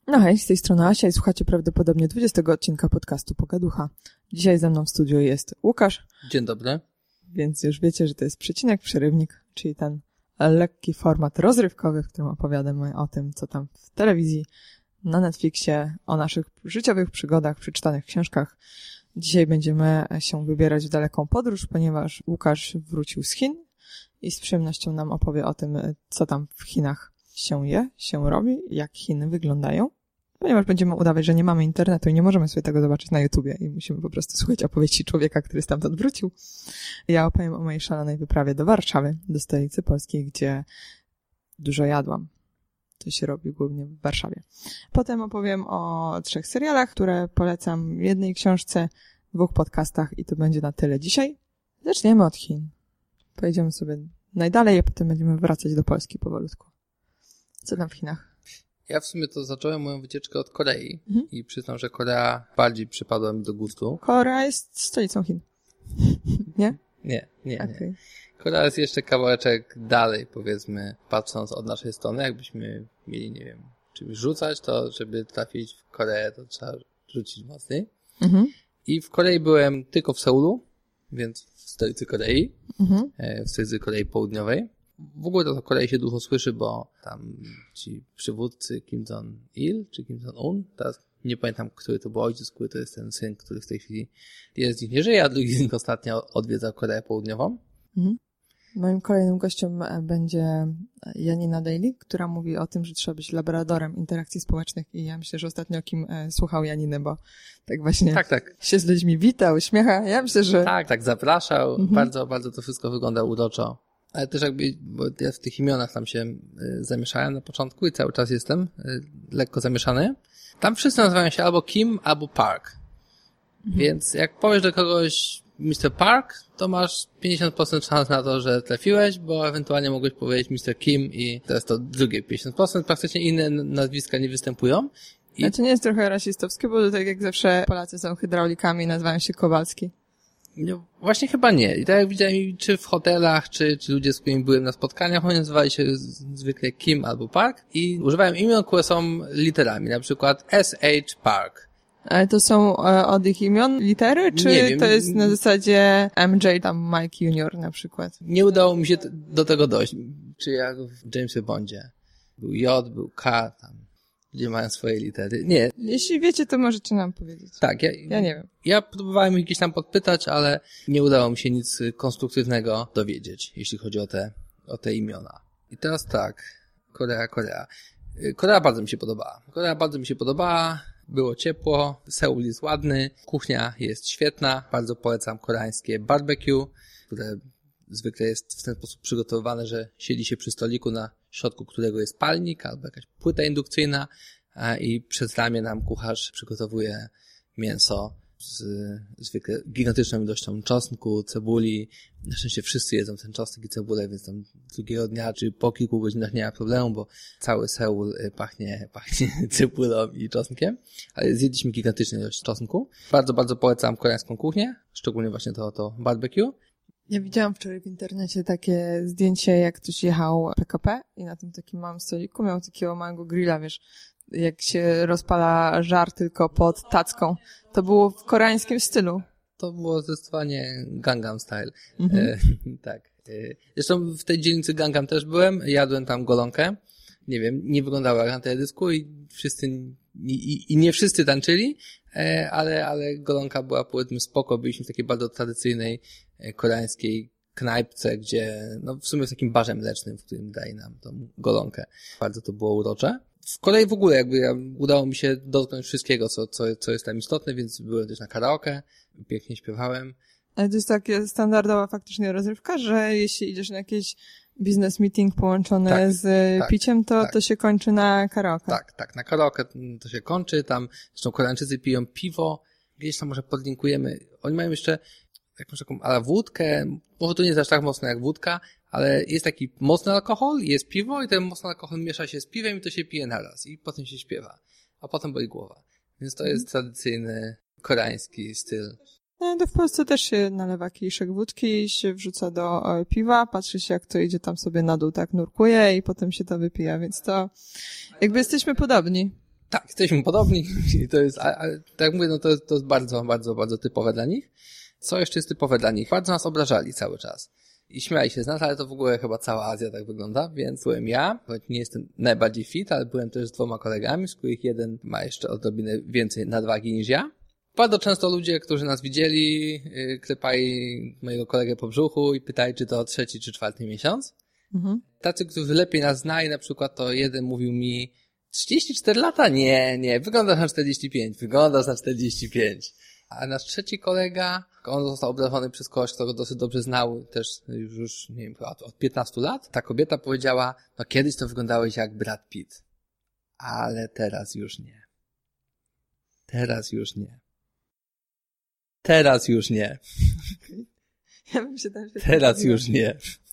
No hej, z tej strony Asia i słuchacie prawdopodobnie 20 odcinka podcastu Pogaducha. Dzisiaj ze mną w studiu jest Łukasz. Dzień dobry. Więc już wiecie, że to jest przecinek, przerywnik, czyli ten lekki format rozrywkowy, w którym opowiadamy o tym, co tam w telewizji, na Netflixie, o naszych życiowych przygodach, przeczytanych książkach. Dzisiaj będziemy się wybierać w daleką podróż, ponieważ Łukasz wrócił z Chin i z przyjemnością nam opowie o tym, co tam w Chinach się je, się robi, jak Chiny wyglądają. Ponieważ będziemy udawać, że nie mamy internetu i nie możemy sobie tego zobaczyć na YouTubie i musimy po prostu słuchać opowieści człowieka, który stamtąd wrócił. Ja opowiem o mojej szalonej wyprawie do Warszawy, do stolicy polskiej, gdzie dużo jadłam. To się robi głównie w Warszawie. Potem opowiem o 3 serialach, które polecam, jednej książce, 2 podcastach i to będzie na tyle dzisiaj. Zaczniemy od Chin. Pojedziemy sobie najdalej, a potem będziemy wracać do Polski powolutku. Co tam w Chinach? Ja w sumie to zacząłem moją wycieczkę od Korei i przyznam, że Korea bardziej przypadła mi do gustu. Korea jest stolicą Chin. Nie? Nie. Okay. Korea jest jeszcze kawałeczek dalej, powiedzmy, patrząc od naszej strony. Jakbyśmy mieli, nie wiem, czymś rzucać, to żeby trafić w Koreę, to trzeba rzucić mocniej. I w Korei byłem tylko w Seulu, więc w stolicy Korei, w stolicy Korei Południowej. W ogóle to o Korei się dużo słyszy, bo tam ci przywódcy Kim Jong-il czy Kim Jong-un, teraz nie pamiętam, który to był ojciec, który to jest ten syn, który w tej chwili jeden z nich nie żyje, a drugi z nich ostatnio odwiedzał Koreę Południową. Moim kolejnym gościem będzie Janina Daly, która mówi o tym, że trzeba być laboratorem interakcji społecznych i ja myślę, że ostatnio Kim słuchał Janiny, bo tak właśnie się z ludźmi wita, uśmiecha. Ja myślę, że... Tak, zapraszał. Bardzo, bardzo to wszystko wygląda uroczo. Ale też jakby, bo ja w tych imionach tam się zamieszałem na początku i cały czas jestem lekko zamieszany. Tam wszyscy nazywają się albo Kim, albo Park. Więc jak powiesz do kogoś Mr. Park, to masz 50% szans na to, że trafiłeś, bo ewentualnie mogłeś powiedzieć Mr. Kim i to jest to drugie 50%. Praktycznie inne nazwiska nie występują. A to nie jest trochę rasistowskie, bo tak jak zawsze Polacy są hydraulikami i nazywają się Kowalski. No, właśnie chyba nie. I tak jak widziałem, czy w hotelach, czy ludzie, z którymi byłem na spotkaniach, oni nazywali się zwykle Kim albo Park i używałem imion, które są literami, na przykład S.H. Park. Ale to są od ich imion litery, czy nie wiem. To jest na zasadzie MJ, tam Mike Junior na przykład? Nie udało mi się do tego dojść. Czy jak w Jamesie Bondzie. Był J, był K, tam, gdzie mają swoje litery. Nie. Jeśli wiecie, to możecie nam powiedzieć. Tak, ja nie wiem. Ja próbowałem ich gdzieś tam podpytać, ale nie udało mi się nic konstruktywnego dowiedzieć, jeśli chodzi o te imiona. I teraz tak, Korea. Korea bardzo mi się podobała. Było ciepło, Seul jest ładny, kuchnia jest świetna, bardzo polecam koreańskie barbecue, które zwykle jest w ten sposób przygotowywane, że siedzi się przy stoliku, na środku którego jest palnik albo jakaś płyta indukcyjna i przez ramię nam kucharz przygotowuje mięso z zwykle gigantyczną ilością czosnku, cebuli. Na szczęście wszyscy jedzą ten czosnek i cebulę, więc tam drugiego dnia czy po kilku godzinach nie ma problemu, bo cały Seul pachnie cebulą i czosnkiem. Ale zjedliśmy gigantyczną ilość czosnku. Bardzo, bardzo polecam koreańską kuchnię, szczególnie właśnie to barbecue. Ja widziałam wczoraj w internecie takie zdjęcie, jak ktoś jechał PKP i na tym takim małym stoliku miał takiego małego grilla, wiesz, jak się rozpala żar tylko pod tacką. To było w koreańskim stylu. To było zdecydowanie Gangnam Style. Tak. Zresztą w tej dzielnicy Gangnam też byłem, jadłem tam golonkę. Nie wiem, nie wyglądało jak na teledysku i nie wszyscy tańczyli, ale golonka była, powiedzmy, spoko. Byliśmy w takiej bardzo tradycyjnej koreańskiej knajpce, gdzie, no w sumie w takim barze mlecznym, w którym dali nam tą golonkę. Bardzo to było urocze. W kolei w ogóle udało mi się dotknąć wszystkiego, co jest tam istotne, więc byłem też na karaoke, pięknie śpiewałem. Ale to jest taka standardowa faktycznie rozrywka, że jeśli idziesz na jakiś business meeting połączony z piciem, to się kończy na karaoke. Tak, na karaoke to się kończy, tam zresztą Koreańczycy piją piwo, gdzieś tam może podlinkujemy, oni mają jeszcze jakąś taką ale wódkę, może to nie jest aż tak mocno jak wódka, ale jest taki mocny alkohol, jest piwo i ten mocny alkohol miesza się z piwem i to się pije naraz i potem się śpiewa, a potem boli głowa. Więc to jest tradycyjny koreański styl. No to w Polsce też się nalewa kieliszek wódki i się wrzuca do piwa, patrzy się jak to idzie tam sobie na dół, tak nurkuje i potem się to wypija, więc to jakby jesteśmy podobni. Tak, jesteśmy podobni i to jest, tak jak mówię, no to jest bardzo, bardzo, bardzo typowe dla nich. Co jeszcze jest typowe dla nich? Bardzo nas obrażali cały czas. I śmiali się z nas, ale to w ogóle chyba cała Azja tak wygląda, więc byłem ja, choć nie jestem najbardziej fit, ale byłem też z 2 kolegami, z których jeden ma jeszcze odrobinę więcej nadwagi niż ja. Bardzo często ludzie, którzy nas widzieli, klepali mojego kolegę po brzuchu i pytali, czy to 3. czy 4. miesiąc. Tacy, którzy lepiej nas znali, na przykład to jeden mówił mi 34 lata? Nie, wyglądasz na 45, wyglądasz na 45. A nasz 3. kolega, on został obrażony przez kogoś, kto go dosyć dobrze znał, też już nie wiem, od 15 lat. Ta kobieta powiedziała, no kiedyś to wyglądałeś jak Brad Pitt, ale teraz już nie. Teraz już nie. Teraz już nie. Ja bym się tam Teraz już nie.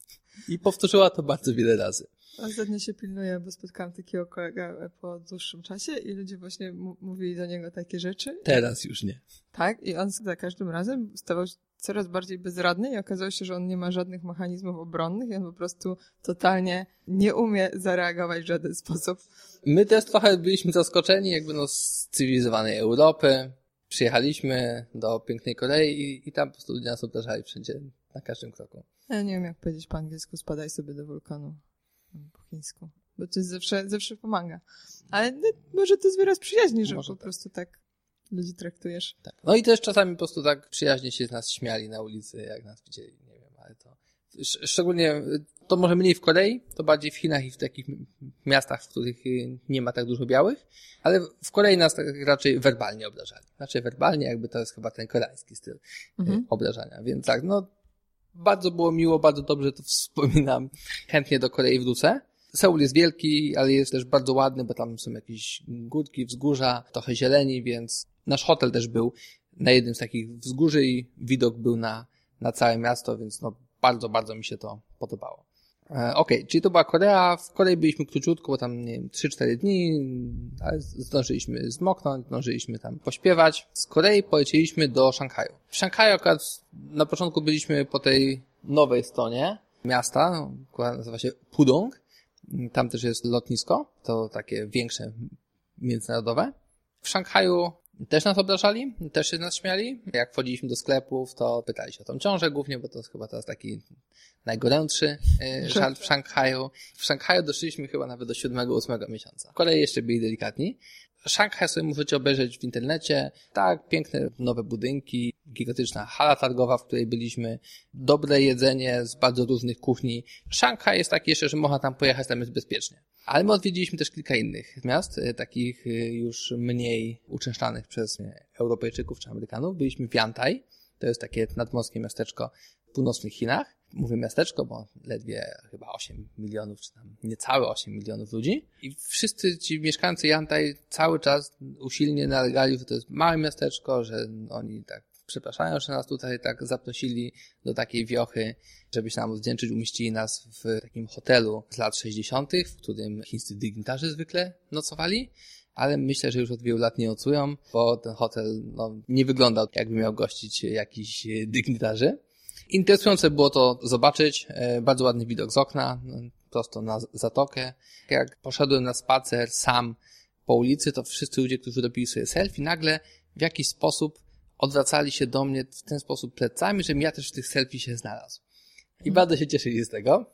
I powtórzyła to bardzo wiele razy. Ostatnio się pilnuję, bo spotkałam takiego kolegę po dłuższym czasie i ludzie właśnie mówili do niego takie rzeczy. Teraz już nie. Tak, i on za każdym razem stawał się coraz bardziej bezradny i okazało się, że on nie ma żadnych mechanizmów obronnych i on po prostu totalnie nie umie zareagować w żaden sposób. My też trochę byliśmy zaskoczeni jakby z cywilizowanej Europy. Przyjechaliśmy do pięknej Korei i tam po prostu ludzie nas obrażali wszędzie, na każdym kroku. Ja nie wiem, jak powiedzieć po angielsku, spadaj sobie do wulkanu. Po chińsku. Bo to jest zawsze pomaga. Ale może to jest wyraz przyjaźni, że może po prostu tak ludzi traktujesz. Tak. No i też czasami po prostu tak przyjaźnie się z nas śmiali na ulicy, jak nas widzieli. Nie wiem, ale to... Szczególnie, to może mniej w Korei, to bardziej w Chinach i w takich miastach, w których nie ma tak dużo białych, ale w Korei nas tak raczej werbalnie obrażali. Znaczy werbalnie, jakby to jest chyba ten koreański styl obrażania. Więc tak, no bardzo było miło, bardzo dobrze to wspominam. Chętnie do Korei wrócę. Seul jest wielki, ale jest też bardzo ładny, bo tam są jakieś górki, wzgórza, trochę zieleni, więc nasz hotel też był na jednym z takich wzgórzy i widok był na całe miasto, więc no bardzo, bardzo mi się to podobało. Okej, czyli to była Korea. W Korei byliśmy króciutko, bo tam, nie wiem, 3-4 dni, ale zdążyliśmy zmoknąć, zdążyliśmy tam pośpiewać. Z Korei polecieliśmy do Szanghaju. W Szanghaju akurat na początku byliśmy po tej nowej stronie miasta, która nazywa się Pudong. Tam też jest lotnisko, to takie większe, międzynarodowe. W Szanghaju też nas obrażali, też się z nas śmiali. Jak wchodziliśmy do sklepów, to pytali się o tą ciążę głównie, bo to jest chyba teraz taki najgorętszy żart w Szanghaju. W Szanghaju doszliśmy chyba nawet do 7-8 miesiąca. W Korei jeszcze byli delikatni. Szanghaj sobie możecie obejrzeć w internecie. Tak, piękne nowe budynki, gigantyczna hala targowa, w której byliśmy, dobre jedzenie z bardzo różnych kuchni. Szanghaj jest taki jeszcze, że można tam pojechać, tam jest bezpiecznie. Ale my odwiedziliśmy też kilka innych miast, takich już mniej uczęszczanych przez Europejczyków czy Amerykanów. Byliśmy w Yantai, to jest takie nadmorskie miasteczko w północnych Chinach. Mówię miasteczko, bo ledwie chyba 8 milionów, czy tam niecałe 8 milionów ludzi. I wszyscy ci mieszkańcy Yantai cały czas usilnie nalegali, że to jest małe miasteczko, że oni tak przepraszają, że nas tutaj tak zaprosili do takiej wiochy, żeby się nam odwdzięczyć. Umieścili nas w takim hotelu z lat 60., w którym chińscy dygnitarze zwykle nocowali. Ale myślę, że już od wielu lat nie nocują, bo ten hotel nie wyglądał, jakby miał gościć jakichś dygnitarzy. Interesujące było to zobaczyć. Bardzo ładny widok z okna, prosto na zatokę. Jak poszedłem na spacer sam po ulicy, to wszyscy ludzie, którzy robili sobie selfie, nagle w jakiś sposób odwracali się do mnie w ten sposób plecami, żebym ja też w tych selfie się znalazł. I bardzo się cieszyli z tego,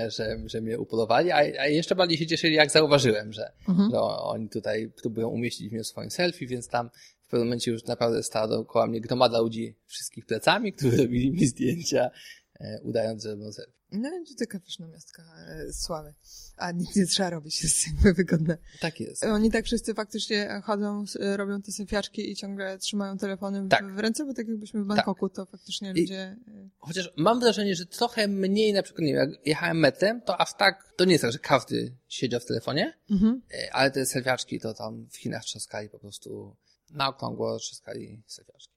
że mnie upodobali, a jeszcze bardziej się cieszyli, jak zauważyłem, że oni tutaj próbują umieścić mnie w swoim selfie, więc tam w pewnym momencie już naprawdę stała dookoła mnie gromada ludzi wszystkich plecami, którzy robili mi zdjęcia, udając, że robią selfie. No to taka namiastka sławy. A nic nie trzeba robić, jest jakby wygodne. Tak jest. Oni tak wszyscy faktycznie chodzą, robią te selfiaczki i ciągle trzymają telefony w ręce, bo tak jakbyśmy w Bangkoku, to faktycznie ludzie... Chociaż mam wrażenie, że trochę mniej, na przykład, nie wiem, jak jechałem metrem, to aż tak, to nie jest tak, że każdy siedział w telefonie, ale te selfiaczki to tam w Chinach trzaskali po prostu na okrągło, trzaskali selfiaczki.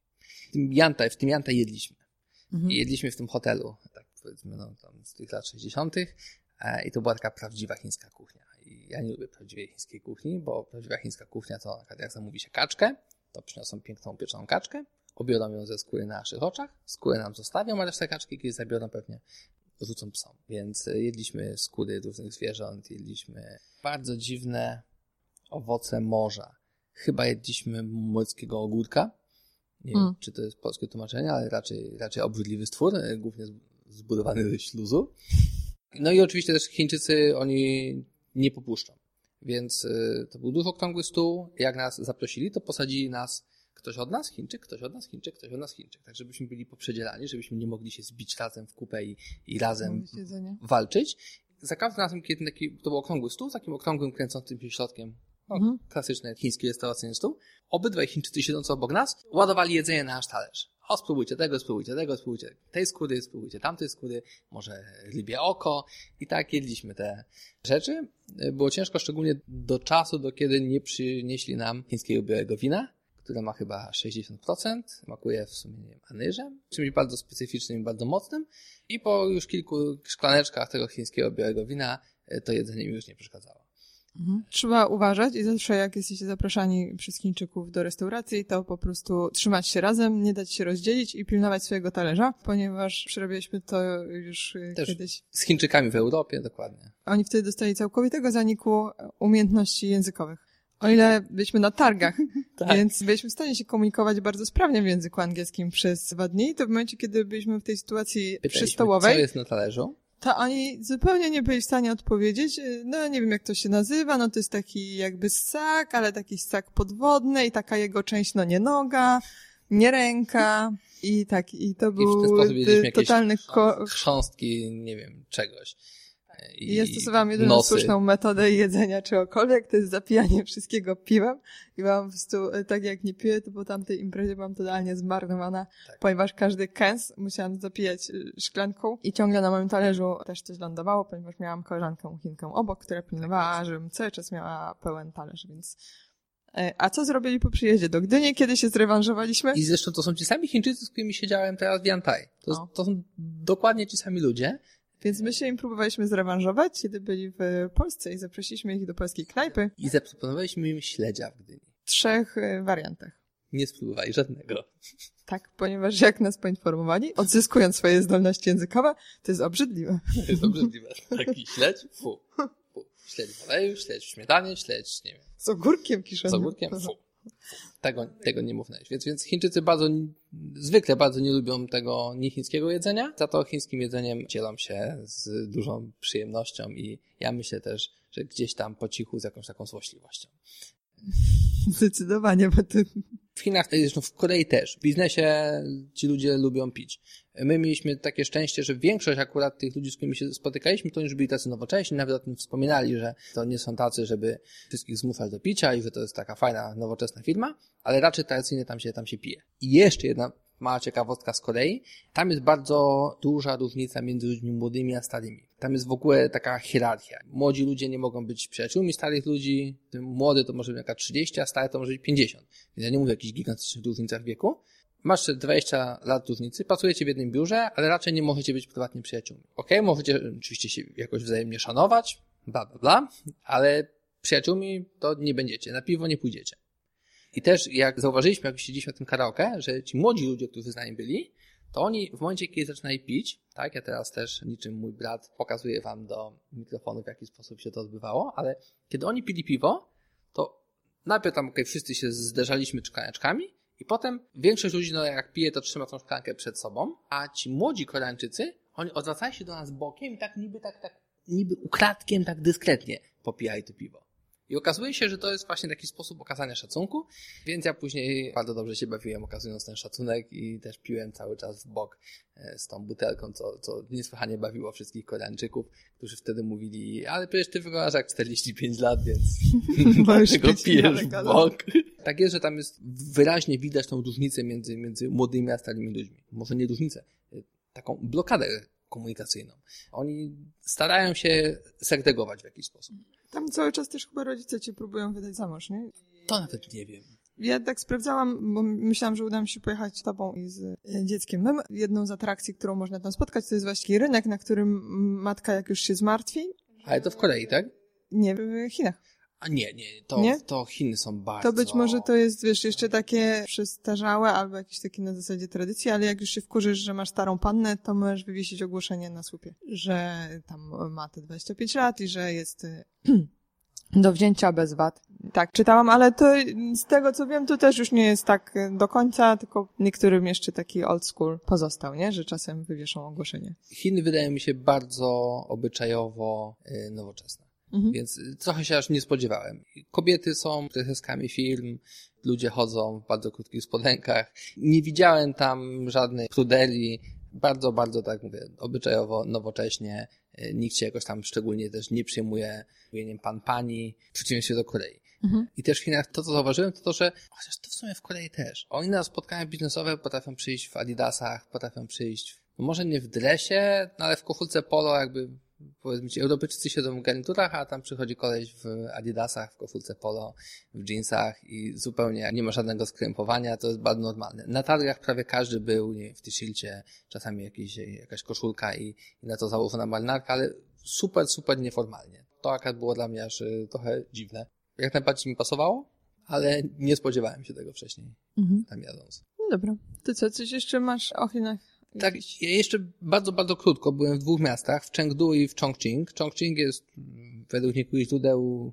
W tym Yantai jedliśmy. Jedliśmy w tym hotelu, tak powiedzmy, tam z tych lat 60. I to była taka prawdziwa chińska kuchnia. I ja nie lubię prawdziwej chińskiej kuchni, bo prawdziwa chińska kuchnia to na przykład jak zamówi się kaczkę, to przyniosą piękną pieczoną kaczkę, obiorą ją ze skóry na naszych oczach, skórę nam zostawią, a resztę kaczki kiedyś zabiorą pewnie, rzucą psom. Więc jedliśmy skóry różnych zwierząt, jedliśmy bardzo dziwne owoce morza. Chyba jedliśmy morskiego ogórka. Nie wiem, czy to jest polskie tłumaczenie, ale raczej obrzydliwy stwór, głównie zbudowany ze śluzu. No i oczywiście też Chińczycy, oni nie popuszczą. Więc to był duży okrągły stół. Jak nas zaprosili, to posadzili nas ktoś od nas Chińczyk, ktoś od nas Chińczyk, ktoś od nas Chińczyk. Tak, żebyśmy byli poprzedzielani, żebyśmy nie mogli się zbić razem w kupę i razem walczyć. Za każdym razem, kiedy to był okrągły stół, z takim okrągłym, kręcącym się środkiem, klasyczny chiński restauracyjny stół, obydwaj Chińczycy siedzący obok nas ładowali jedzenie na nasz talerz. O, spróbujcie tego, spróbujcie tej skóry, spróbujcie tamtej skóry, może rybie oko. I tak jedliśmy te rzeczy. Było ciężko, szczególnie do czasu, do kiedy nie przynieśli nam chińskiego białego wina, które ma chyba 60%. Smakuje w sumie, nie wiem, anyżem, czymś bardzo specyficznym i bardzo mocnym. I po już kilku szklaneczkach tego chińskiego białego wina to jedzenie mi już nie przeszkadzało. Trzeba uważać i zawsze jak jesteście zapraszani przez Chińczyków do restauracji, to po prostu trzymać się razem, nie dać się rozdzielić i pilnować swojego talerza, ponieważ przerobiliśmy to już też kiedyś. Z Chińczykami w Europie, dokładnie. Oni wtedy dostali całkowitego zaniku umiejętności językowych. O ile byliśmy na targach, tak. Więc byliśmy w stanie się komunikować bardzo sprawnie w języku angielskim przez 2 dni, to w momencie, kiedy byliśmy w tej sytuacji przystołowej, co jest na talerzu? To oni zupełnie nie byli w stanie odpowiedzieć. No nie wiem, jak to się nazywa, no to jest taki jakby ssak, ale taki ssak podwodny i taka jego część, no nie noga, nie ręka i tak, i to był totalny chrząstki, nie wiem, czegoś. I ja stosowałam jedyną słuszną metodę jedzenia czegokolwiek, to jest zapijanie wszystkiego piwem i byłam po prostu, tak jak nie piję, to po tamtej imprezie byłam totalnie zmarnowana, tak. Ponieważ każdy kęs musiałam zapijać szklanką i ciągle na moim talerzu też coś lądowało, ponieważ miałam koleżankę Chinkę obok, która pilnowała, żebym cały czas miała pełen talerz, więc... A co zrobili po przyjeździe do Gdyni, kiedy się zrewanżowaliśmy? I zresztą to są ci sami Chińczycy, z którymi siedziałem teraz w Yantai. To są dokładnie ci sami ludzie. Więc my się im próbowaliśmy zrewanżować, kiedy byli w Polsce i zaprosiliśmy ich do polskiej knajpy. I zaproponowaliśmy im śledzia w Gdyni. 3 wariantach. Nie spróbowali żadnego. Tak, ponieważ jak nas poinformowali, odzyskując swoje zdolności językowe, to jest obrzydliwe. To jest obrzydliwe. Taki śledź? Fu. Śledź w oleju, śledź w śmietanie, śledź, nie wiem. Z ogórkiem kiszonym. Z ogórkiem? Fu. Tego nie mównałeś. Więc Chińczycy zwykle bardzo nie lubią tego niechińskiego jedzenia, za to chińskim jedzeniem dzielą się z dużą przyjemnością i ja myślę też, że gdzieś tam po cichu z jakąś taką złośliwością. Zdecydowanie, bo ty... W Chinach, zresztą w Korei też, w biznesie ci ludzie lubią pić. My mieliśmy takie szczęście, że większość akurat tych ludzi, z którymi się spotykaliśmy, to już byli tacy nowocześni, nawet o tym wspominali, że to nie są tacy, żeby wszystkich zmuszać do picia i że to jest taka fajna, nowoczesna firma, ale raczej tradycyjnie tam się pije. I jeszcze jedna mała ciekawostka z Korei. Tam jest bardzo duża różnica między ludźmi młodymi a starymi. Tam jest w ogóle taka hierarchia. Młodzi ludzie nie mogą być przyjaciółmi starych ludzi, młody to może być jakaś 30, a stary to może być 50. Więc ja nie mówię o jakichś gigantycznych różnicach wieku. Masz 20 lat różnicy, pracujecie w jednym biurze, ale raczej nie możecie być prywatnie przyjaciółmi. Okej, możecie oczywiście się jakoś wzajemnie szanować, bla, bla, bla, ale przyjaciółmi to nie będziecie, na piwo nie pójdziecie. I też jak zauważyliśmy, jak siedzieliśmy na tym karaoke, że ci młodzi ludzie, którzy z nami byli, to oni w momencie, kiedy zaczynali pić, tak, ja teraz też niczym mój brat pokazuję wam do mikrofonu, w jaki sposób się to odbywało, ale kiedy oni pili piwo, to najpierw tam wszyscy się zderzaliśmy szklaneczkami i potem większość ludzi, no jak pije, to trzyma tą szklankę przed sobą, a ci młodzi Koreańczycy, oni odwracali się do nas bokiem i tak niby ukradkiem, tak dyskretnie popijali to piwo. I okazuje się, że to jest właśnie taki sposób okazania szacunku, więc ja później bardzo dobrze się bawiłem, okazując ten szacunek i też piłem cały czas w bok z tą butelką, co niesłychanie bawiło wszystkich Koreańczyków, którzy wtedy mówili, ale przecież ty wyglądasz jak 45 lat, więc dlaczego pijesz w bok? Tak jest, że tam jest wyraźnie widać tą różnicę między młodymi a starymi ludźmi. Może nie różnicę, taką blokadę komunikacyjną. Oni starają się segregować w jakiś sposób. Tam cały czas też chyba rodzice cię próbują wydać za mąż, nie? To nawet nie wiem. Ja tak sprawdzałam, bo myślałam, że uda mi się pojechać z tobą i z dzieckiem. Jedną z atrakcji, którą można tam spotkać, to jest właśnie rynek, na którym matka jak już się zmartwi. Ale to w Korei, tak? Nie, w Chinach. A nie, to Chiny są bardzo... To być może to jest, wiesz, jeszcze takie przestarzałe albo jakieś takie na zasadzie tradycji, ale jak już się wkurzysz, że masz starą pannę, to możesz wywiesić ogłoszenie na słupie, że tam ma te 25 lat i że jest do wzięcia bez VAT. Tak, czytałam, ale to z tego co wiem, to też już nie jest tak do końca, tylko niektórym jeszcze taki old school pozostał, nie? Że czasem wywieszą ogłoszenie. Chiny wydają mi się bardzo obyczajowo nowoczesne. Więc trochę się aż nie spodziewałem. Kobiety są prezeskami firm, ludzie chodzą w bardzo krótkich spodenkach. Nie widziałem tam żadnej pruderii. Bardzo, bardzo, tak mówię, obyczajowo, nowocześnie. Nikt się jakoś tam szczególnie też nie przejmuje mówieniem pan, pani, w przeciwieństwie do Korei. I też w Chinach to, co zauważyłem, to że, chociaż to w sumie w Korei też, oni na spotkania biznesowe potrafią przyjść w adidasach, potrafią przyjść, może nie w dresie, no ale w koszulce polo, jakby powiedzmy ci, Europejczycy siedzą w garniturach, a tam przychodzi koleś w adidasach, w koszulce polo, w dżinsach i zupełnie nie ma żadnego skrępowania, to jest bardzo normalne. Na targach prawie każdy był, nie wiem, w t-shircie, czasami jakaś koszulka i na to założona marynarka, ale super, super nieformalnie. To akurat było dla mnie aż trochę dziwne. Jak najbardziej mi pasowało, ale nie spodziewałem się tego wcześniej, tam jadąc. No dobra. Ty co, coś jeszcze masz o Chinach? Tak, ja jeszcze bardzo, bardzo krótko byłem w 2 miastach, w Chengdu i w Chongqing. Chongqing jest według niektórych źródeł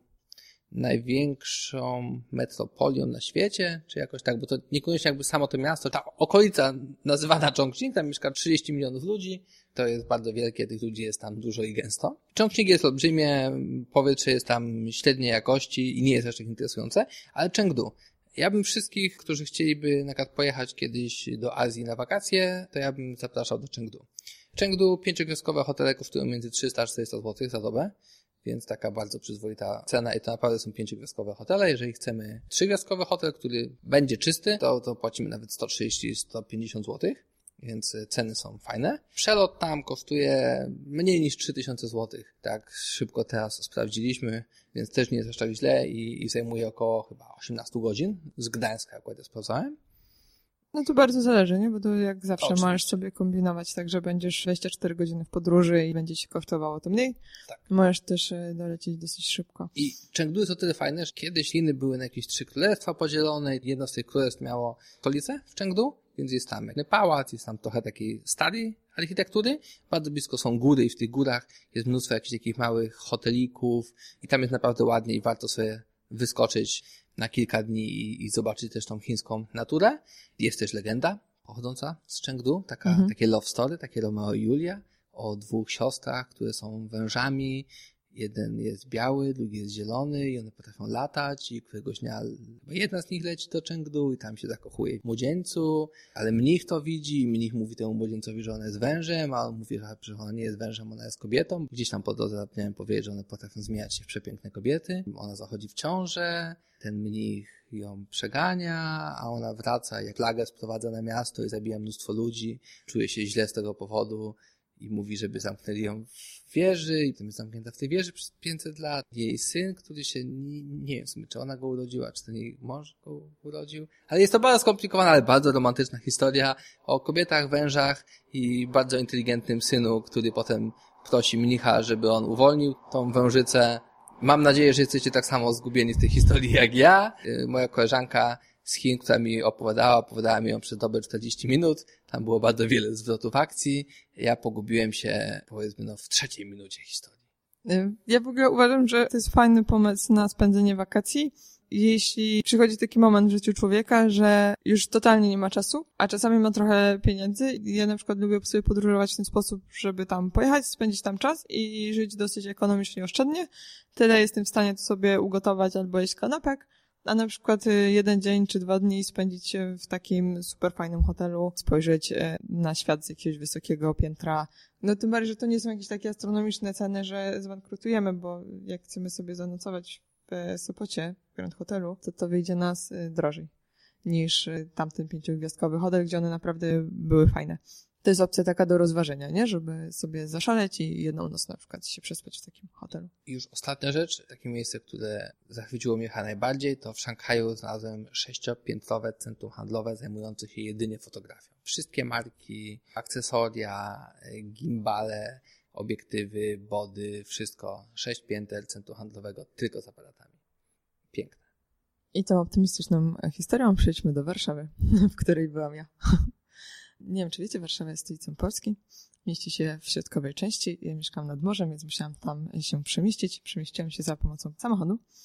największą metropolią na świecie, czy jakoś tak, bo to niekoniecznie jakby samo to miasto, ta okolica nazywana Chongqing, tam mieszka 30 milionów ludzi, to jest bardzo wielkie, tych ludzi jest tam dużo i gęsto. Chongqing jest olbrzymie, powietrze jest tam średniej jakości i nie jest aż tak interesujące, ale Chengdu. Ja bym wszystkich, którzy chcieliby na przykład pojechać kiedyś do Azji na wakacje, to ja bym zapraszał do Chengdu. Chengdu 5-gwiazdkowe hotele kosztują między 300 a 400 zł za dobę, więc taka bardzo przyzwoita cena i to naprawdę są 5-gwiazdkowe hotele. Jeżeli chcemy 3-gwiazdkowy hotel, który będzie czysty, to płacimy nawet 130-150 zł, więc ceny są fajne. Przelot tam kosztuje mniej niż 3000 zł, tak szybko teraz sprawdziliśmy, więc też nie jest aż tak źle i zajmuje około chyba 18 godzin. Z Gdańska akurat ja sprawdzałem. No to bardzo zależy, nie? Bo to jak zawsze Oczywiście. możesz sobie kombinować tak, że będziesz 24 godziny w podróży i będzie ci kosztowało to mniej. Tak. Możesz też dolecieć dosyć szybko. I Chengdu jest o tyle fajne, że kiedyś Chiny były na jakieś 3 królestwa podzielone. Jedno z tych królestw miało stolicę w Chengdu, więc jest tam pałac, jest tam trochę takiej starej architektury. Bardzo blisko są góry i w tych górach jest mnóstwo jakichś takich małych hotelików i tam jest naprawdę ładnie i warto sobie wyskoczyć na kilka dni i zobaczyć też tą chińską naturę. Jest też legenda pochodząca z Chengdu, takie love story, takie Romeo i Julia o 2 siostrach, które są wężami. Jeden jest biały, drugi jest zielony i one potrafią latać i któregoś dnia jedna z nich leci do Chengdu i tam się zakochuje w młodzieńcu, ale mnich to widzi i mnich mówi temu młodzieńcowi, że ona jest wężem, a on mówi, że ona nie jest wężem, ona jest kobietą. Gdzieś tam po drodze zapomniałem powiedzieć, że one potrafią zmieniać się w przepiękne kobiety. Ona zachodzi w ciążę, ten mnich ją przegania, a ona wraca, jak plagę sprowadza na miasto i zabija mnóstwo ludzi. Czuje się źle z tego powodu. I mówi, żeby zamknęli ją w wieży i tam jest zamknięta w tej wieży przez 500 lat. Jej syn, który się, nie wiem w sumie, czy ona go urodziła, czy ten jej mąż go urodził. Ale jest to bardzo skomplikowana, ale bardzo romantyczna historia o kobietach, wężach i bardzo inteligentnym synu, który potem prosi mnicha, żeby on uwolnił tą wężycę. Mam nadzieję, że jesteście tak samo zgubieni w tej historii jak ja. Moja koleżanka z Chin, która mi opowiadała mi ją przez dobre 40 minut. Tam było bardzo wiele zwrotów akcji. Ja pogubiłem się, powiedzmy, w 3. minucie historii. Ja w ogóle uważam, że to jest fajny pomysł na spędzenie wakacji. Jeśli przychodzi taki moment w życiu człowieka, że już totalnie nie ma czasu, a czasami ma trochę pieniędzy. Ja na przykład lubię sobie podróżować w ten sposób, żeby tam pojechać, spędzić tam czas i żyć dosyć ekonomicznie, oszczędnie. Tyle jestem w stanie to sobie ugotować albo jeść kanapek. A na przykład 1 dzień czy 2 dni spędzić w takim super fajnym hotelu, spojrzeć na świat z jakiegoś wysokiego piętra. No tym bardziej, że to nie są jakieś takie astronomiczne ceny, że zbankrutujemy, bo jak chcemy sobie zanocować w Sopocie, w Grand Hotelu, to wyjdzie nas drożej niż tamten 5-gwiazdkowy hotel, gdzie one naprawdę były fajne. To jest opcja taka do rozważenia, nie? Żeby sobie zaszaleć i 1 noc na przykład się przespać w takim hotelu. I już ostatnia rzecz, takie miejsce, które zachwyciło mnie chyba najbardziej, to w Szanghaju znalazłem 6-piętrowe centrum handlowe zajmujące się jedynie fotografią. Wszystkie marki, akcesoria, gimbale, obiektywy, body, wszystko. 6 pięter centrum handlowego tylko z aparatami. Piękne. I tą optymistyczną historią przejdźmy do Warszawy, w której byłam ja. Nie wiem, czy wiecie, Warszawa jest stolicą Polski. Mieści się w środkowej części. Ja mieszkam nad morzem, więc musiałam tam się przemieścić. Przemieściłam się za pomocą samochodu.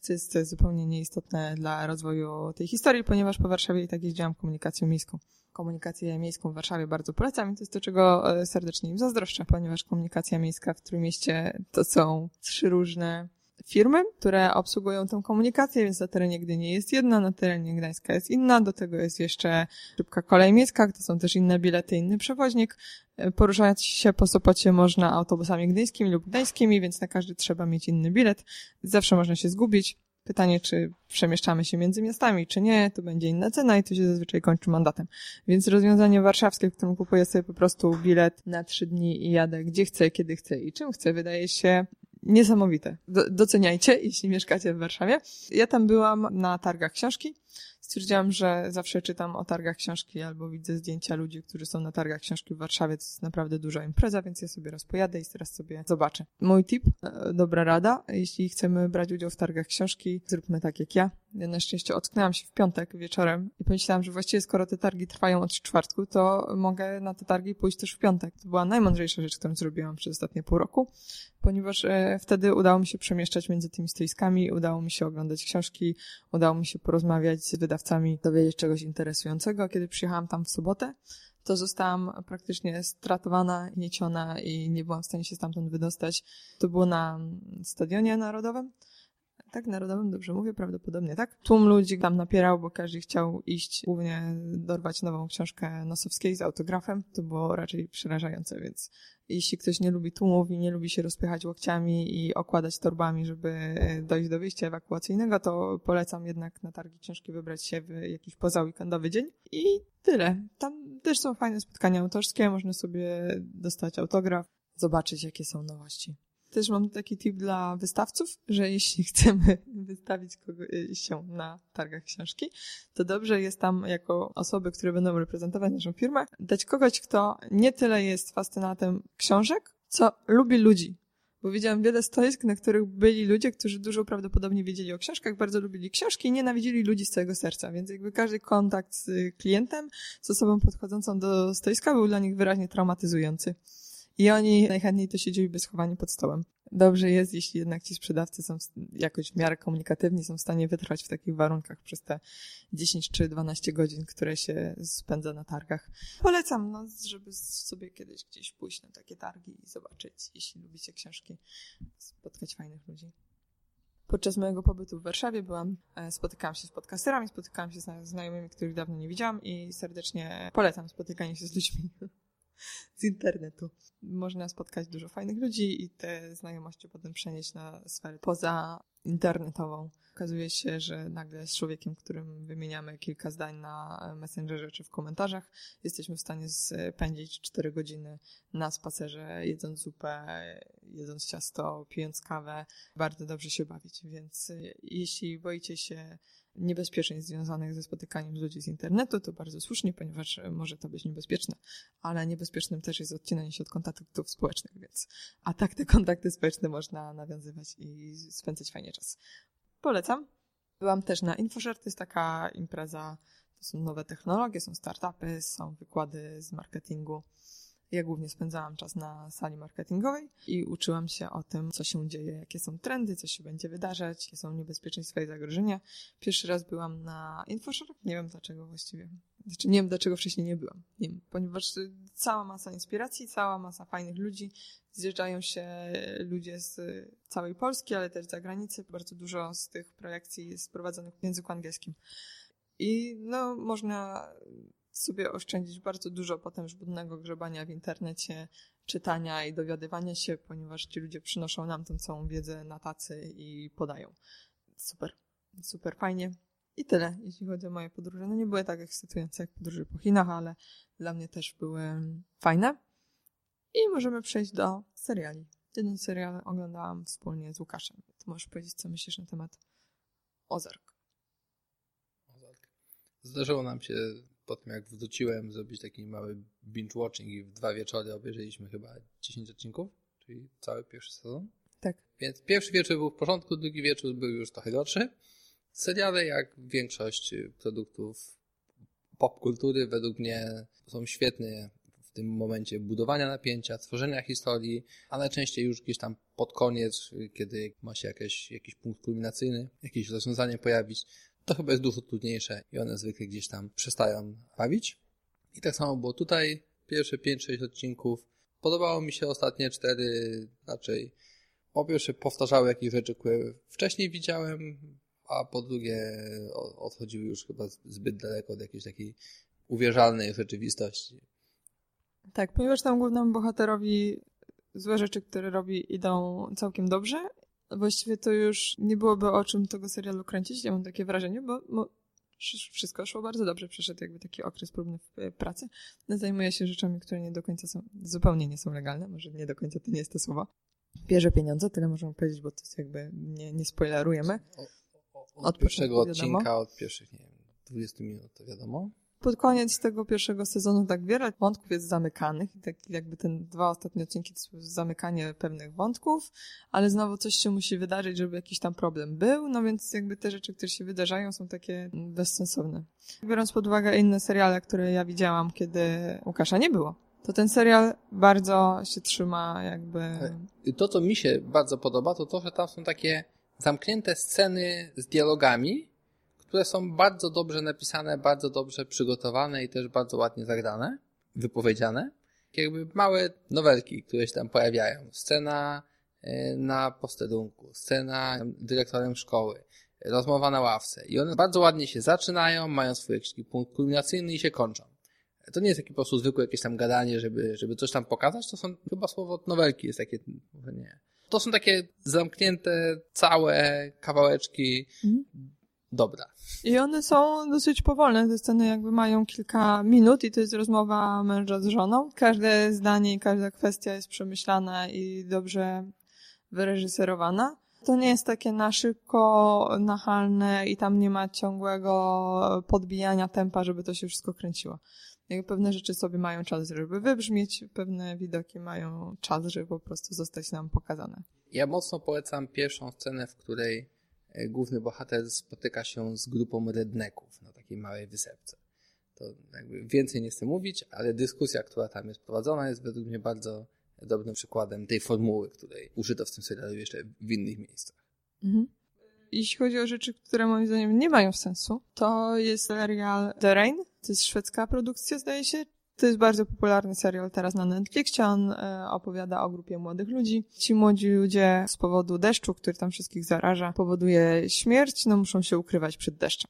co jest zupełnie nieistotne dla rozwoju tej historii, ponieważ po Warszawie i tak jeździłam komunikacją miejską. Komunikację miejską w Warszawie bardzo polecam i to jest to, czego serdecznie im zazdroszczę, ponieważ komunikacja miejska w Trójmieście to są 3 różne firmy, które obsługują tę komunikację, więc na terenie Gdyni jest jedna, na terenie Gdańska jest inna, do tego jest jeszcze szybka kolej miejska, to są też inne bilety, inny przewoźnik. Poruszać się po Sopocie można autobusami gdyńskimi lub gdańskimi, więc na każdy trzeba mieć inny bilet. Zawsze można się zgubić. Pytanie, czy przemieszczamy się między miastami, czy nie, to będzie inna cena i to się zazwyczaj kończy mandatem. Więc rozwiązanie warszawskie, w którym kupuję sobie po prostu bilet na 3 dni i jadę gdzie chcę, kiedy chcę i czym chcę, wydaje się niesamowite. Doceniajcie, jeśli mieszkacie w Warszawie. Ja tam byłam na targach książki. Stwierdziłam, że zawsze czytam o targach książki albo widzę zdjęcia ludzi, którzy są na targach książki w Warszawie. To jest naprawdę duża impreza, więc ja sobie raz pojadę i teraz sobie zobaczę. Mój tip, dobra rada, jeśli chcemy brać udział w targach książki, zróbmy tak jak ja. Ja na szczęście ocknęłam się w piątek wieczorem i pomyślałam, że właściwie skoro te targi trwają od czwartku, to mogę na te targi pójść też w piątek. To była najmądrzejsza rzecz, którą zrobiłam przez ostatnie pół roku, ponieważ wtedy udało mi się przemieszczać między tymi stoiskami, udało mi się oglądać książki, udało mi się porozmawiać z wydawcami, dowiedzieć czegoś interesującego. Kiedy przyjechałam tam w sobotę, to zostałam praktycznie stratowana, gnieciona i nie byłam w stanie się stamtąd wydostać. To było na Stadionie Narodowym. Tak, Narodowym, dobrze mówię, prawdopodobnie tak. Tłum ludzi tam napierał, bo każdy chciał iść, głównie dorwać nową książkę Nosowskiej z autografem. To było raczej przerażające, więc jeśli ktoś nie lubi tłumów i nie lubi się rozpychać łokciami i okładać torbami, żeby dojść do wyjścia ewakuacyjnego, to polecam jednak na targi książki wybrać się w jakiś pozaweekendowy dzień. I tyle. Tam też są fajne spotkania autorskie, można sobie dostać autograf, zobaczyć jakie są nowości. Też mam taki tip dla wystawców, że jeśli chcemy wystawić kogoś się na targach książki, to dobrze jest tam jako osoby, które będą reprezentować naszą firmę, dać kogoś, kto nie tyle jest fascynatem książek, co lubi ludzi. Bo widziałam wiele stoisk, na których byli ludzie, którzy dużo prawdopodobnie wiedzieli o książkach, bardzo lubili książki i nienawidzili ludzi z całego serca. Więc jakby każdy kontakt z klientem, z osobą podchodzącą do stoiska był dla nich wyraźnie traumatyzujący. I oni najchętniej to siedzieliby schowani pod stołem. Dobrze jest, jeśli jednak ci sprzedawcy są jakoś w miarę komunikatywni, są w stanie wytrwać w takich warunkach przez te 10 czy 12 godzin, które się spędza na targach. Polecam, żeby sobie kiedyś gdzieś pójść na takie targi i zobaczyć, jeśli lubicie książki, spotkać fajnych ludzi. Podczas mojego pobytu w Warszawie spotykałam się z podcasterami, spotykałam się z znajomymi, których dawno nie widziałam i serdecznie polecam spotykanie się z ludźmi z internetu. Można spotkać dużo fajnych ludzi i te znajomości potem przenieść na sferę pozainternetową. Okazuje się, że nagle z człowiekiem, którym wymieniamy kilka zdań na Messengerze czy w komentarzach, jesteśmy w stanie spędzić 4 godziny na spacerze, jedząc zupę, jedząc ciasto, pijąc kawę, bardzo dobrze się bawić. Więc jeśli boicie się niebezpieczeństw związanych ze spotykaniem z ludzi z internetu, to bardzo słusznie, ponieważ może to być niebezpieczne, ale niebezpiecznym też jest odcinanie się od kontaktów społecznych, a tak te kontakty społeczne można nawiązywać i spędzać fajnie czas. Polecam. Byłam też na InfoShare, to jest taka impreza, to są nowe technologie, są startupy, są wykłady z marketingu. Ja głównie spędzałam czas na sali marketingowej i uczyłam się o tym, co się dzieje, jakie są trendy, co się będzie wydarzać, jakie są niebezpieczeństwa i zagrożenia. Pierwszy raz byłam na InfoShare, nie wiem dlaczego właściwie. Znaczy nie wiem dlaczego wcześniej nie byłam. Nie wiem, ponieważ cała masa inspiracji, cała masa fajnych ludzi, zjeżdżają się ludzie z całej Polski, ale też z zagranicy. Bardzo dużo z tych projekcji jest prowadzonych w języku angielskim. I można sobie oszczędzić bardzo dużo potem żmudnego grzebania w internecie, czytania i dowiadywania się, ponieważ ci ludzie przynoszą nam tę całą wiedzę na tacy i podają. Super fajnie. I tyle, jeśli chodzi o moje podróże. Nie były tak ekscytujące jak podróże po Chinach, ale dla mnie też były fajne. I możemy przejść do seriali. Jeden serial oglądałam wspólnie z Łukaszem. Ty możesz powiedzieć, co myślisz na temat Ozark. Zdarzyło nam się po tym, jak wróciłem, zrobić taki mały binge-watching i w 2 wieczory obejrzeliśmy chyba 10 odcinków, czyli cały pierwszy sezon. Tak. Więc pierwszy wieczór był w porządku, drugi wieczór był już trochę gorszy. Seriale, jak większość produktów popkultury, według mnie są świetne w tym momencie budowania napięcia, tworzenia historii, a najczęściej już gdzieś tam pod koniec, kiedy ma się jakiś punkt kulminacyjny, jakieś rozwiązanie pojawić, to chyba jest dużo trudniejsze i one zwykle gdzieś tam przestają bawić. I tak samo było tutaj, pierwsze 5-6 odcinków. Podobało mi się ostatnie 4, raczej po pierwsze powtarzały jakieś rzeczy, które wcześniej widziałem, a po drugie odchodziły już chyba zbyt daleko od jakiejś takiej uwierzalnej rzeczywistości. Tak, ponieważ tam głównemu bohaterowi złe rzeczy, które robi, idą całkiem dobrze, właściwie to już nie byłoby o czym tego serialu kręcić, ja mam takie wrażenie, bo wszystko szło bardzo dobrze, przeszedł jakby taki okres próbny w pracy. Zajmuje się rzeczami, które nie do końca zupełnie nie są legalne, może nie do końca to nie jest to słowo. Bierze pieniądze, tyle możemy powiedzieć, bo to jest jakby nie spoilerujemy. Od pierwszego odcinka, od pierwszych, 20 minut, to wiadomo. Pod koniec tego pierwszego sezonu tak wiele wątków jest zamykanych i tak jakby te 2 ostatnie odcinki to jest zamykanie pewnych wątków, ale znowu coś się musi wydarzyć, żeby jakiś tam problem był, no więc jakby te rzeczy, które się wydarzają, są takie bezsensowne. Biorąc pod uwagę inne seriale, które ja widziałam, kiedy Łukasza nie było, to ten serial bardzo się trzyma jakby... To, co mi się bardzo podoba, to to, że tam są takie zamknięte sceny z dialogami, które są bardzo dobrze napisane, bardzo dobrze przygotowane i też bardzo ładnie zagrane, wypowiedziane. Jakby małe nowelki, które się tam pojawiają. Scena na posterunku, scena z dyrektorem szkoły, rozmowa na ławce. I one bardzo ładnie się zaczynają, mają swój jakiś punkt kulminacyjny i się kończą. To nie jest takie po prostu zwykłe jakieś tam gadanie, żeby coś tam pokazać, to są chyba słowo od nowelki, jest takie, może nie. To są takie zamknięte, całe kawałeczki, dobra. I one są dosyć powolne, te sceny jakby mają kilka minut i to jest rozmowa męża z żoną. Każde zdanie i każda kwestia jest przemyślana i dobrze wyreżyserowana. To nie jest takie na szybko, nachalne i tam nie ma ciągłego podbijania tempa, żeby to się wszystko kręciło. Jakby pewne rzeczy sobie mają czas, żeby wybrzmieć, pewne widoki mają czas, żeby po prostu zostać nam pokazane. Ja mocno polecam pierwszą scenę, w której główny bohater spotyka się z grupą rednecków na takiej małej wysepce. To jakby więcej nie chcę mówić, ale dyskusja, która tam jest prowadzona, jest według mnie bardzo dobrym przykładem tej formuły, której użyto w tym serialu jeszcze w innych miejscach. Mhm. Jeśli chodzi o rzeczy, które moim zdaniem nie mają sensu, to jest serial The Rain. To jest szwedzka produkcja, zdaje się. To jest bardzo popularny serial teraz na Netflixie. On opowiada o grupie młodych ludzi. Ci młodzi ludzie z powodu deszczu, który tam wszystkich zaraża, powoduje śmierć, no muszą się ukrywać przed deszczem.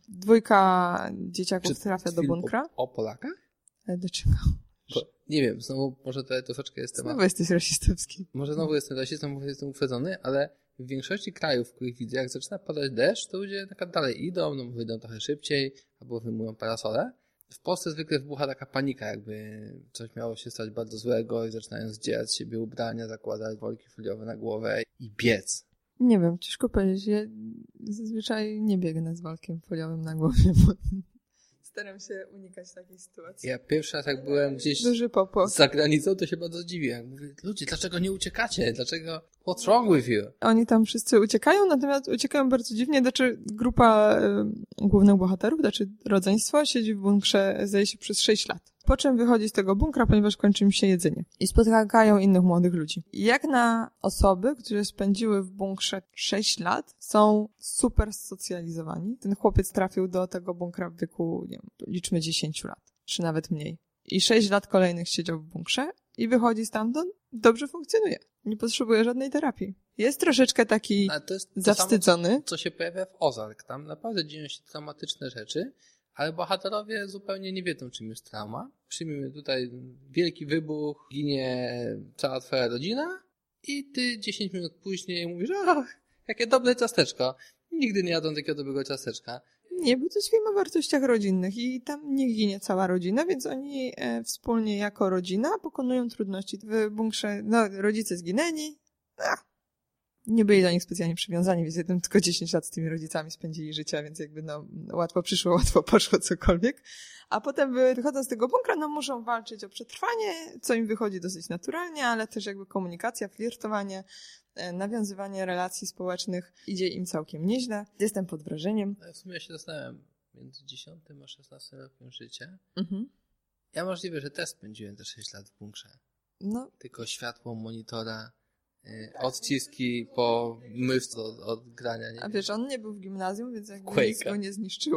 2 dzieciaków trafia do bunkra. O Polakach? Ale dlaczego? Nie wiem, znowu może to troszeczkę jest temat. Znowu jesteś rasistowski. Może znowu jestem rasistą, może jestem uprzedzony, ale w większości krajów, w których widzę, jak zaczyna padać deszcz, to ludzie tak dalej idą, no wyjdą trochę szybciej, albo wyjmują parasole. W Polsce zwykle wybucha taka panika, jakby coś miało się stać bardzo złego i zaczynają zdzierać z siebie ubrania, zakładać worki foliowe na głowę i biec. Nie wiem, ciężko powiedzieć. Ja zazwyczaj nie biegnę z workiem foliowym na głowie, bo staram się unikać takiej sytuacji. Ja pierwszy raz jak byłem gdzieś za granicą, to się bardzo zdziwiłem. Mówię, ludzie, dlaczego nie uciekacie? Dlaczego? What's wrong with you? Oni tam wszyscy uciekają, natomiast uciekają bardzo dziwnie. Znaczy grupa głównych bohaterów, znaczy rodzeństwo, siedzi w bunkrze, zdaje się, przez 6 lat. Po czym wychodzi z tego bunkra, ponieważ kończy im się jedzenie. I spotykają innych młodych ludzi. Jak na osoby, które spędziły w bunkrze 6 lat, są super socjalizowani. Ten chłopiec trafił do tego bunkra w wieku, nie wiem, liczmy 10 lat, czy nawet mniej. I 6 lat kolejnych siedział w bunkrze i wychodzi stamtąd, dobrze funkcjonuje. Nie potrzebuje żadnej terapii. Jest troszeczkę taki zawstydzony. Samo, co się pojawia w Ozark. Tam naprawdę dzieją się traumatyczne rzeczy, ale bohaterowie zupełnie nie wiedzą, czym jest trauma. Przyjmijmy tutaj wielki wybuch, ginie cała twoja rodzina i ty 10 minut później mówisz, ach, jakie dobre ciasteczko. Nigdy nie jadłem takiego dobrego ciasteczka. Nie, bo to jest film o wartościach rodzinnych i tam nie ginie cała rodzina, więc oni wspólnie jako rodzina pokonują trudności. W bunkrze, no, rodzice zginęli, nie byli do nich specjalnie przywiązani, więc jeden tylko 10 lat z tymi rodzicami spędzili życia, więc jakby no łatwo przyszło, łatwo poszło, cokolwiek. A potem wychodząc z tego bunkra, no muszą walczyć o przetrwanie, co im wychodzi dosyć naturalnie, ale też jakby komunikacja, flirtowanie, nawiązywanie relacji społecznych idzie im całkiem nieźle. Jestem pod wrażeniem. W sumie ja się zastanawiam, między 10 a 16 rokiem życia. Ja możliwe, że też spędziłem te 6 lat w bunkrze. No, Tylko światło, monitora, odciski po myszce od grania. Nie a wiem. wiesz, on nie był w gimnazjum, więc jakby Quake'a. nic go nie zniszczyło.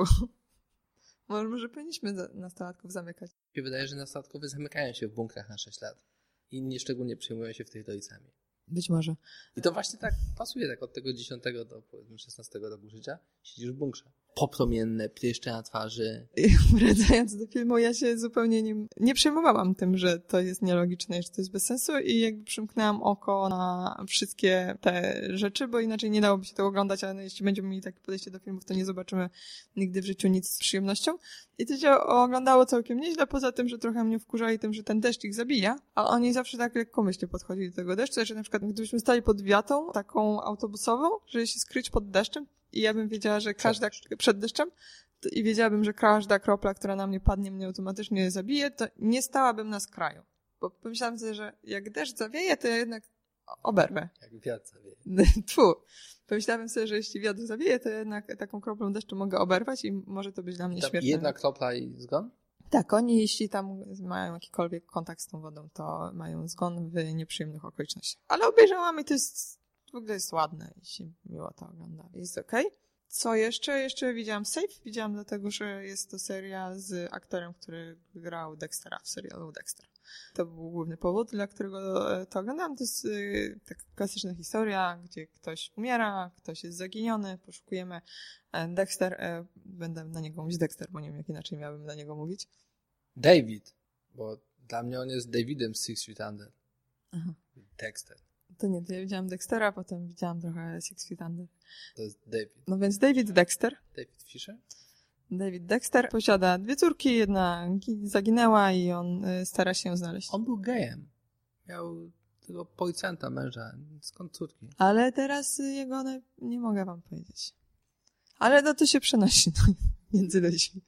Może powinniśmy nastolatków zamykać. Mi się wydaje, że nastolatkowie zamykają się w bunkrach na 6 lat. Inni szczególnie przejmują się wtedy rodzicami. Być może. I to właśnie tak pasuje, tak od tego 10 do powiedzmy 16 roku życia siedzisz w bunkrze. Popromienne, pryszcze na twarzy. Wracając do filmu, ja się zupełnie nie przejmowałam tym, że to jest nielogiczne i że to jest bez sensu i jakby przymknęłam oko na wszystkie te rzeczy, bo inaczej nie dałoby się tego oglądać, ale jeśli będziemy mieli takie podejście do filmów, to nie zobaczymy nigdy w życiu nic z przyjemnością. I to się oglądało całkiem nieźle, poza tym, że trochę mnie wkurzali tym, że ten deszcz ich zabija, a oni zawsze tak lekkomyślnie podchodzili do tego deszczu, że na przykład gdybyśmy stali pod wiatą, taką autobusową, żeby się skryć pod deszczem, i ja bym wiedziała, że przed deszczem i wiedziałabym, że każda kropla, która na mnie padnie, mnie automatycznie zabije, to nie stałabym na skraju. Bo pomyślałam sobie, że jak deszcz zawieje, to ja jednak oberwę. Jak wiatr zawieje. Tfu. Pomyślałam sobie, że jeśli wiatr zawieje, to jednak taką kroplą deszczu mogę oberwać i może to być dla mnie śmiertelne. Jedna kropla i zgon? Tak, oni jeśli tam mają jakikolwiek kontakt z tą wodą, to mają zgon w nieprzyjemnych okolicznościach. Ale obejrzałam i to jest w ogóle jest ładne i się miło to ogląda. Jest okej. Co jeszcze? Jeszcze widziałam Safe. Widziałam dlatego, że jest to serial z aktorem, który grał Dextera w serialu Dexter. To był główny powód, dla którego to oglądałam. To jest taka klasyczna historia, gdzie ktoś umiera, ktoś jest zaginiony, poszukujemy Dexter. Będę na niego mówić Dexter, bo nie wiem, jak inaczej miałbym na niego mówić. David, bo dla mnie on jest Davidem z Six Feet Under. Aha. Dexter. To nie, to ja widziałam Dextera, potem widziałam trochę Six Feet Under. To jest David. No więc David Dexter. David Fisher? David Dexter posiada 2 córki, jedna zaginęła i on stara się ją znaleźć. On był gejem. Miał tego policjanta, męża. Skąd córki? Ale teraz jego nie mogę wam powiedzieć. Ale no to się przenosi między ludźmi.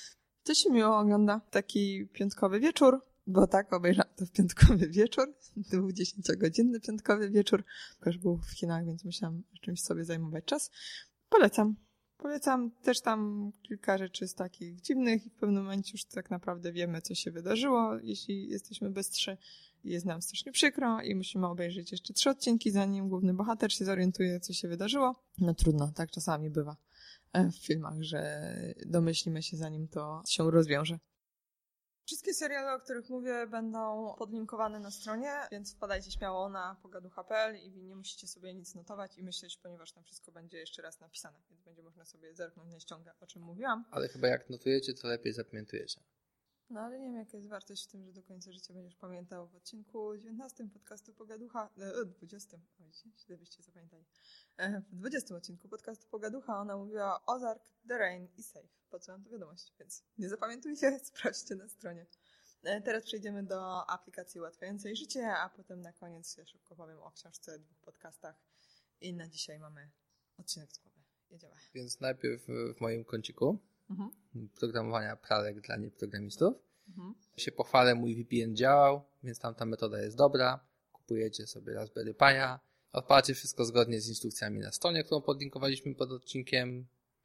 To się miło ogląda. Taki piątkowy wieczór, bo tak, obejrzałam to w piątkowy wieczór. To był 10-godzinny piątkowy wieczór. Też był w kinach, więc musiałam czymś sobie zajmować czas. Polecam. Polecam też tam kilka rzeczy z takich dziwnych i w pewnym momencie już tak naprawdę wiemy, co się wydarzyło, jeśli jesteśmy bystrzy. Jest nam strasznie przykro i musimy obejrzeć jeszcze 3 odcinki, zanim główny bohater się zorientuje, co się wydarzyło. No trudno, tak czasami bywa w filmach, że domyślimy się, zanim to się rozwiąże. Wszystkie seriale, o których mówię, będą podlinkowane na stronie, więc wpadajcie śmiało na pogaducha.pl i nie musicie sobie nic notować i myśleć, ponieważ tam wszystko będzie jeszcze raz napisane, więc będzie można sobie zerknąć na ściągę, o czym mówiłam. Ale chyba jak notujecie, to lepiej zapamiętujecie. No ale nie wiem, jaka jest wartość w tym, że do końca życia będziesz pamiętał w odcinku 19 podcastu Pogaducha, 20, źle byście zapamiętali. W 20 odcinku podcastu Pogaducha ona mówiła Ozark, The Rain i Safe. Po co mam to wiadomość, więc nie zapamiętujcie, sprawdźcie na stronie. Teraz przejdziemy do aplikacji ułatwiającej życie, a potem na koniec ja szybko powiem o książce, 2 podcastach i na dzisiaj mamy odcinek z głowy. Jedziemy. Więc najpierw w moim kąciku programowania pralek dla nieprogramistów się pochwalę, mój VPN działał, więc tam ta metoda jest dobra. Kupujecie sobie Raspberry Pi'a, odpalacie wszystko zgodnie z instrukcjami na stronie, którą podlinkowaliśmy pod odcinkiem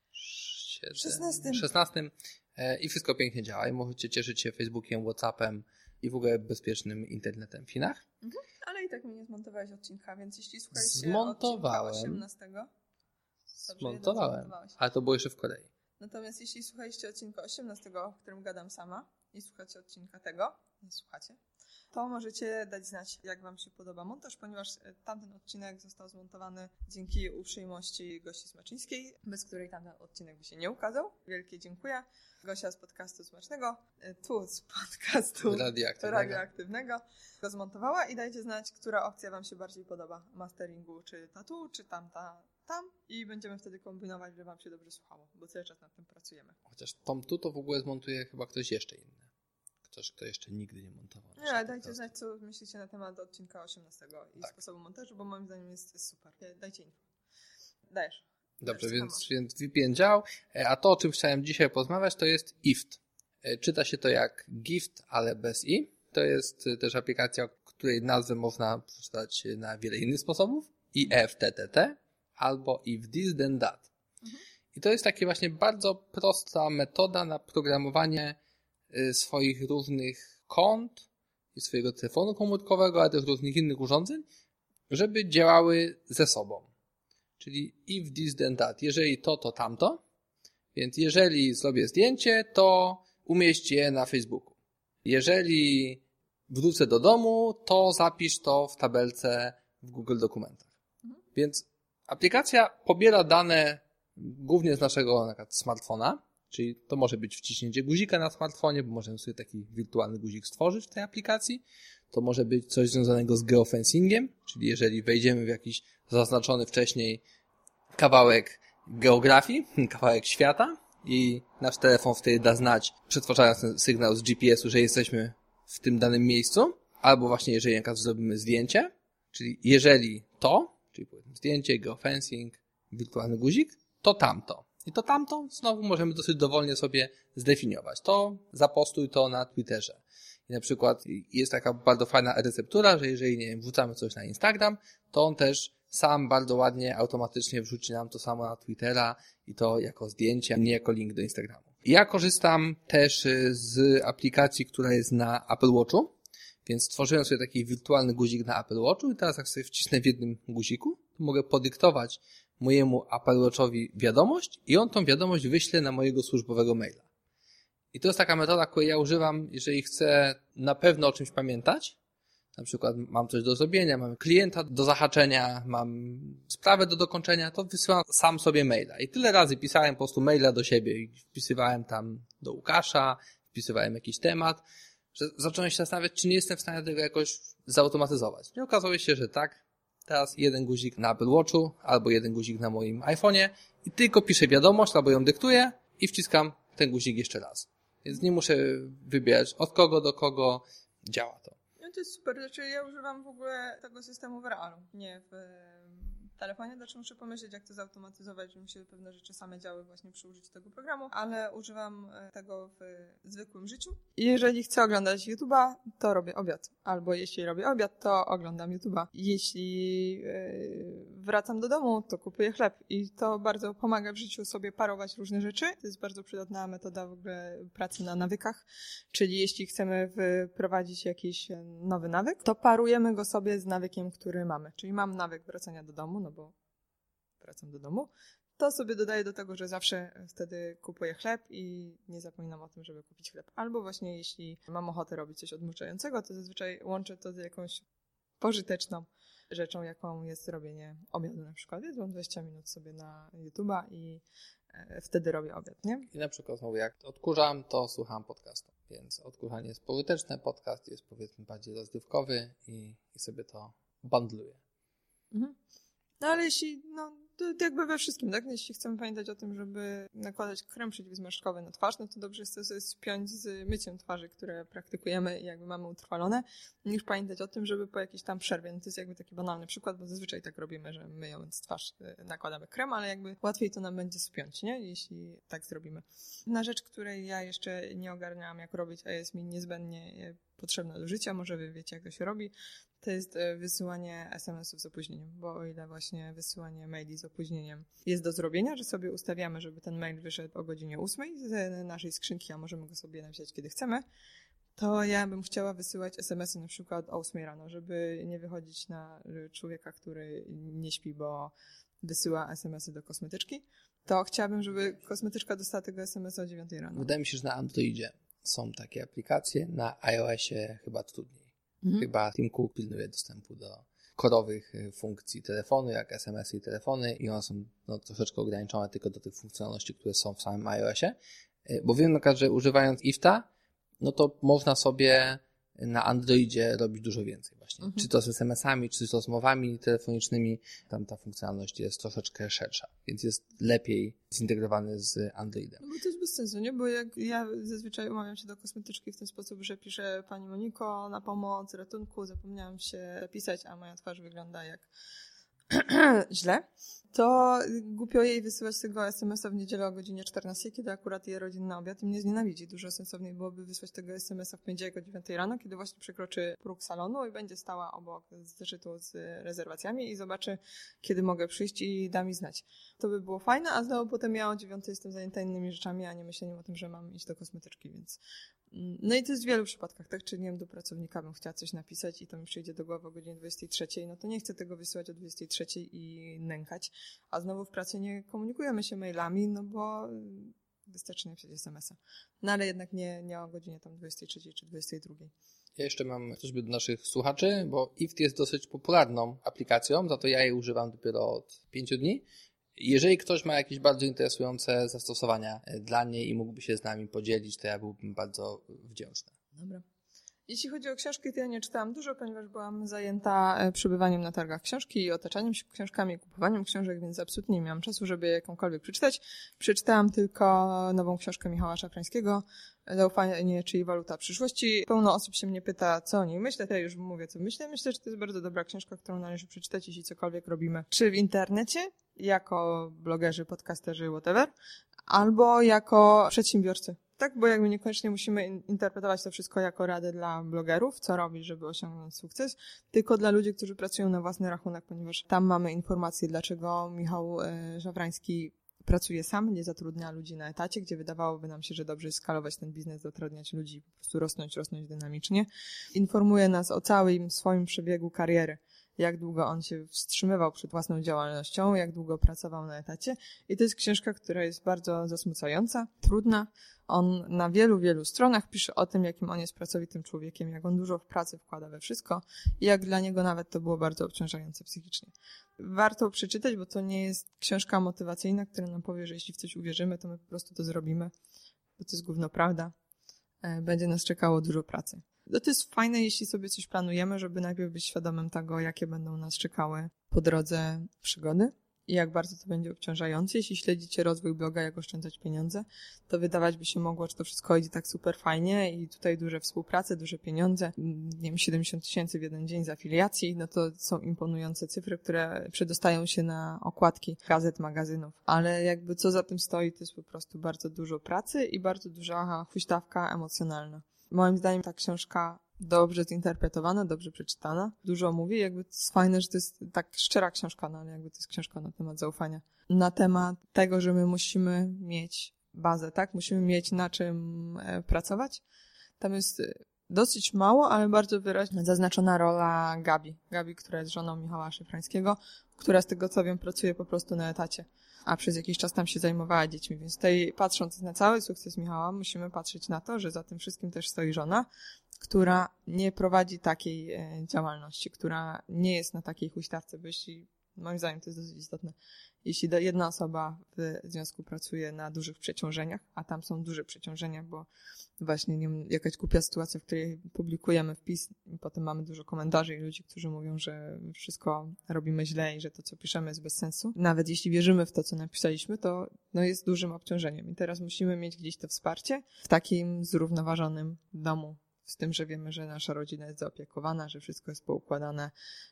16 i wszystko pięknie działa i możecie cieszyć się Facebookiem, WhatsAppem i w ogóle bezpiecznym internetem w Chinach. Ale i tak mi nie zmontowałeś odcinka, więc jeśli słuchaliście odcinka 18... Zmontowałem, ale to było jeszcze w Korei. Natomiast jeśli słuchaliście odcinka 18, w którym gadam sama i słuchacie odcinka tego, nie słuchacie, to możecie dać znać, jak wam się podoba montaż, ponieważ tamten odcinek został zmontowany dzięki uprzejmości Gosi Smaczyńskiej, bez której tamten odcinek by się nie ukazał. Wielkie dziękuję. Gosia z podcastu Smacznego, z podcastu radioaktywnego go zmontowała i dajcie znać, która opcja wam się bardziej podoba. Masteringu, czy tatu, czy tam i będziemy wtedy kombinować, że wam się dobrze słuchało, bo cały czas nad tym pracujemy. Chociaż to w ogóle zmontuje chyba ktoś jeszcze inny. Ktoś, kto jeszcze nigdy nie montował. Nie, dajcie znać, co myślicie na temat odcinka 18 i sposobu montażu, bo moim zdaniem jest super. Dajcie info. Dajesz. Dobrze, więc VPN działał, a to, o czym chciałem dzisiaj porozmawiać, to jest IFT. Czyta się to jak gift, ale bez i. To jest też aplikacja, której nazwę można przeczytać na wiele innych sposobów. IFTTT albo if this then that. I to jest takie właśnie bardzo prosta metoda na programowanie swoich różnych kont i swojego telefonu komórkowego, ale też różnych innych urządzeń, żeby działały ze sobą. Czyli if this then that. Jeżeli to tamto. Więc jeżeli zrobię zdjęcie, to umieść je na Facebooku. Jeżeli wrócę do domu, to zapisz to w tabelce w Google Dokumentach. Więc aplikacja pobiera dane głównie z naszego na przykład smartfona, czyli to może być wciśnięcie guzika na smartfonie, bo możemy sobie taki wirtualny guzik stworzyć w tej aplikacji. To może być coś związanego z geofencingiem, czyli jeżeli wejdziemy w jakiś zaznaczony wcześniej kawałek geografii, kawałek świata i nasz telefon wtedy da znać, przetwarzając ten sygnał z GPS-u, że jesteśmy w tym danym miejscu, albo właśnie jeżeli na przykład zrobimy zdjęcie, czyli jeżeli to, czyli powiedzmy zdjęcie, geofencing, wirtualny guzik, to tamto. I to tamto znowu możemy dosyć dowolnie sobie zdefiniować. To zapostuj to na Twitterze. I na przykład jest taka bardzo fajna receptura, że jeżeli, nie wiem, wrzucamy coś na Instagram, to on też sam bardzo ładnie, automatycznie wrzuci nam to samo na Twittera i to jako zdjęcie, nie jako link do Instagramu. Ja korzystam też z aplikacji, która jest na Apple Watchu, więc stworzyłem sobie taki wirtualny guzik na Apple Watchu i teraz jak sobie wcisnę w jednym guziku, to mogę podyktować mojemu Apple Watchowi wiadomość i on tą wiadomość wyśle na mojego służbowego maila. I to jest taka metoda, której ja używam, jeżeli chcę na pewno o czymś pamiętać. Na przykład mam coś do zrobienia, mam klienta do zahaczenia, mam sprawę do dokończenia, to wysyłam sam sobie maila. I tyle razy pisałem po prostu maila do siebie i wpisywałem tam do Łukasza, wpisywałem jakiś temat, że zacząłem się zastanawiać, czy nie jestem w stanie tego jakoś zautomatyzować. I okazało się, że tak. Teraz jeden guzik na Apple Watchu albo jeden guzik na moim iPhone'ie i tylko piszę wiadomość albo ją dyktuję i wciskam ten guzik jeszcze raz. Więc nie muszę wybierać od kogo do kogo, działa to. No to jest super, znaczy ja używam w ogóle tego systemu w realu, nie w telefonie, znaczy muszę pomyśleć, jak to zautomatyzować, żeby się pewne rzeczy same działy właśnie przy użyciu tego programu, ale używam tego w zwykłym życiu. Jeżeli chcę oglądać YouTube'a, to robię obiad. Albo jeśli robię obiad, to oglądam YouTube'a. Jeśli wracam do domu, to kupuję chleb i to bardzo pomaga w życiu sobie parować różne rzeczy. To jest bardzo przydatna metoda w ogóle pracy na nawykach, czyli jeśli chcemy wprowadzić jakiś nowy nawyk, to parujemy go sobie z nawykiem, który mamy. Czyli mam nawyk wracania do domu, no bo wracam do domu, to sobie dodaję do tego, że zawsze wtedy kupuję chleb i nie zapominam o tym, żeby kupić chleb. Albo właśnie jeśli mam ochotę robić coś odmurzającego, to zazwyczaj łączę to z jakąś pożyteczną rzeczą, jaką jest robienie obiadu na przykład. Więc mam 20 minut sobie na YouTube'a i wtedy robię obiad, nie? I na przykład znowu jak odkurzam, to słucham podcastu. Więc odkurzanie jest pożyteczne, podcast jest powiedzmy bardziej rozrywkowy i sobie to bundluję. Mhm. No ale jeśli, to jakby we wszystkim, tak? Jeśli chcemy pamiętać o tym, żeby nakładać krem przeciwzmarszczkowy na twarz, no to dobrze jest to sobie spiąć z myciem twarzy, które praktykujemy i jakby mamy utrwalone, niż pamiętać o tym, żeby po jakiejś tam przerwie, no to jest jakby taki banalny przykład, bo zazwyczaj tak robimy, że myjąc twarz nakładamy krem, ale jakby łatwiej to nam będzie spiąć, nie? Jeśli tak zrobimy. Jedna rzecz, której ja jeszcze nie ogarniałam, jak robić, a jest mi niezbędnie potrzebna do życia, może wy wiecie, jak to się robi, to jest wysyłanie SMS-ów z opóźnieniem, bo o ile właśnie wysyłanie maili z opóźnieniem jest do zrobienia, że sobie ustawiamy, żeby ten mail wyszedł o godzinie 8 z naszej skrzynki, a możemy go sobie napisać, kiedy chcemy, to ja bym chciała wysyłać SMS-y na przykład o 8 rano, żeby nie wychodzić na człowieka, który nie śpi, bo wysyła SMS-y do kosmetyczki, to chciałabym, żeby kosmetyczka dostała tego SMS-a o 9 rano. Wydaje mi się, że na Androidzie są takie aplikacje, na iOSie chyba trudniej. Chyba Tim Cook pilnuje dostępu do korowych funkcji telefonu, jak SMS-y i telefony i one są troszeczkę ograniczone tylko do tych funkcjonalności, które są w samym iOSie. Bo wiem na przykład, że używając IFTA, no to można sobie na Androidzie robić dużo więcej właśnie. Czy to z SMS-ami, czy z rozmowami telefonicznymi, tam ta funkcjonalność jest troszeczkę szersza, więc jest lepiej zintegrowany z Androidem. No bo to jest bez sensu, nie? Bo jak ja zazwyczaj umawiam się do kosmetyczki w ten sposób, że piszę: Pani Moniko, na pomoc, ratunku, zapomniałam się zapisać, a moja twarz wygląda jak źle, to głupio jej wysyłać tego SMS-a w niedzielę o godzinie 14, kiedy akurat je rodzinny obiad i mnie znienawidzi. Dużo sensowniej byłoby wysłać tego SMS-a w poniedziałek o 9 rano, kiedy właśnie przekroczy próg salonu i będzie stała obok zeszytu z rezerwacjami i zobaczy, kiedy mogę przyjść i da mi znać. To by było fajne, a znowu potem ja o 9 jestem zajęta innymi rzeczami, a nie myśleniem o tym, że mam iść do kosmetyczki, więc No i to jest w wielu przypadkach, tak? Czy nie wiem, do pracownika bym chciała coś napisać i to mi przyjdzie do głowy o godzinie 23, no to nie chcę tego wysyłać o 23 i nękać, a znowu w pracy nie komunikujemy się mailami, no bo wystarczy napisać SMS-a. No ale jednak nie o godzinie tam 23 czy 22. Ja jeszcze mam coś do naszych słuchaczy, bo IFT jest dosyć popularną aplikacją, za to ja jej używam dopiero od 5 dni. Jeżeli ktoś ma jakieś bardzo interesujące zastosowania dla niej i mógłby się z nami podzielić, to ja byłbym bardzo wdzięczny. Dobra. Jeśli chodzi o książki, to ja nie czytałam dużo, ponieważ byłam zajęta przebywaniem na targach książki i otaczaniem się książkami, kupowaniem książek, więc absolutnie nie miałam czasu, żeby jakąkolwiek przeczytać. Przeczytałam tylko nową książkę Michała Szafrańskiego, Zaufanie, czyli waluta przyszłości. Pełno osób się mnie pyta, co o niej myślę, to ja już mówię, co myślę. Myślę, że to jest bardzo dobra książka, którą należy przeczytać, jeśli cokolwiek robimy. Czy w internecie, jako blogerzy, podcasterzy, whatever, albo jako przedsiębiorcy. Tak, bo jakby niekoniecznie musimy interpretować to wszystko jako radę dla blogerów, co robić, żeby osiągnąć sukces, tylko dla ludzi, którzy pracują na własny rachunek, ponieważ tam mamy informacje, dlaczego Michał Szafrański pracuje sam, nie zatrudnia ludzi na etacie, gdzie wydawałoby nam się, że dobrze jest skalować ten biznes, zatrudniać ludzi, po prostu rosnąć dynamicznie. Informuje nas o całym swoim przebiegu kariery, jak długo on się wstrzymywał przed własną działalnością, jak długo pracował na etacie. I to jest książka, która jest bardzo zasmucająca, trudna. On na wielu stronach pisze o tym, jakim on jest pracowitym człowiekiem, jak on dużo w pracy wkłada we wszystko i jak dla niego nawet to było bardzo obciążające psychicznie. Warto przeczytać, bo to nie jest książka motywacyjna, która nam powie, że jeśli w coś uwierzymy, to my po prostu to zrobimy, bo to jest gówno prawda. Będzie nas czekało dużo pracy. To jest fajne, jeśli sobie coś planujemy, żeby najpierw być świadomym tego, jakie będą nas czekały po drodze przygody i jak bardzo to będzie obciążające. Jeśli śledzicie rozwój bloga, jak oszczędzać pieniądze, to wydawać by się mogło, że to wszystko idzie tak super fajnie i tutaj duże współprace, duże pieniądze, nie wiem, 70 000 w jeden dzień z afiliacji, no to są imponujące cyfry, które przedostają się na okładki gazet, magazynów. Ale jakby co za tym stoi, to jest po prostu bardzo dużo pracy i bardzo duża huśtawka emocjonalna. Moim zdaniem ta książka dobrze zinterpretowana, dobrze przeczytana, dużo mówi, jakby to jest fajne, że to jest tak szczera książka, no ale jakby to jest książka na temat zaufania. Na temat tego, że my musimy mieć bazę, tak? Musimy mieć na czym pracować. Tam jest dosyć mało, ale bardzo wyraźnie zaznaczona rola Gabi. Gabi, która jest żoną Michała Szafrańskiego, która z tego co wiem pracuje po prostu na etacie, a przez jakiś czas tam się zajmowała dziećmi, więc tutaj patrząc na cały sukces Michała, musimy patrzeć na to, że za tym wszystkim też stoi żona, która nie prowadzi takiej działalności, która nie jest na takiej huśtawce, bo jeśli, moim zdaniem to jest dosyć istotne, jeśli jedna osoba w związku pracuje na dużych przeciążeniach, a tam są duże przeciążenia, bo właśnie nie wiem, jakaś głupia sytuacja, w której publikujemy wpis i potem mamy dużo komentarzy i ludzi, którzy mówią, że wszystko robimy źle i że to, co piszemy, jest bez sensu. Nawet jeśli wierzymy w to, co napisaliśmy, to jest dużym obciążeniem i teraz musimy mieć gdzieś to wsparcie w takim zrównoważonym domu, z tym, że wiemy, że nasza rodzina jest zaopiekowana, że wszystko jest poukładane,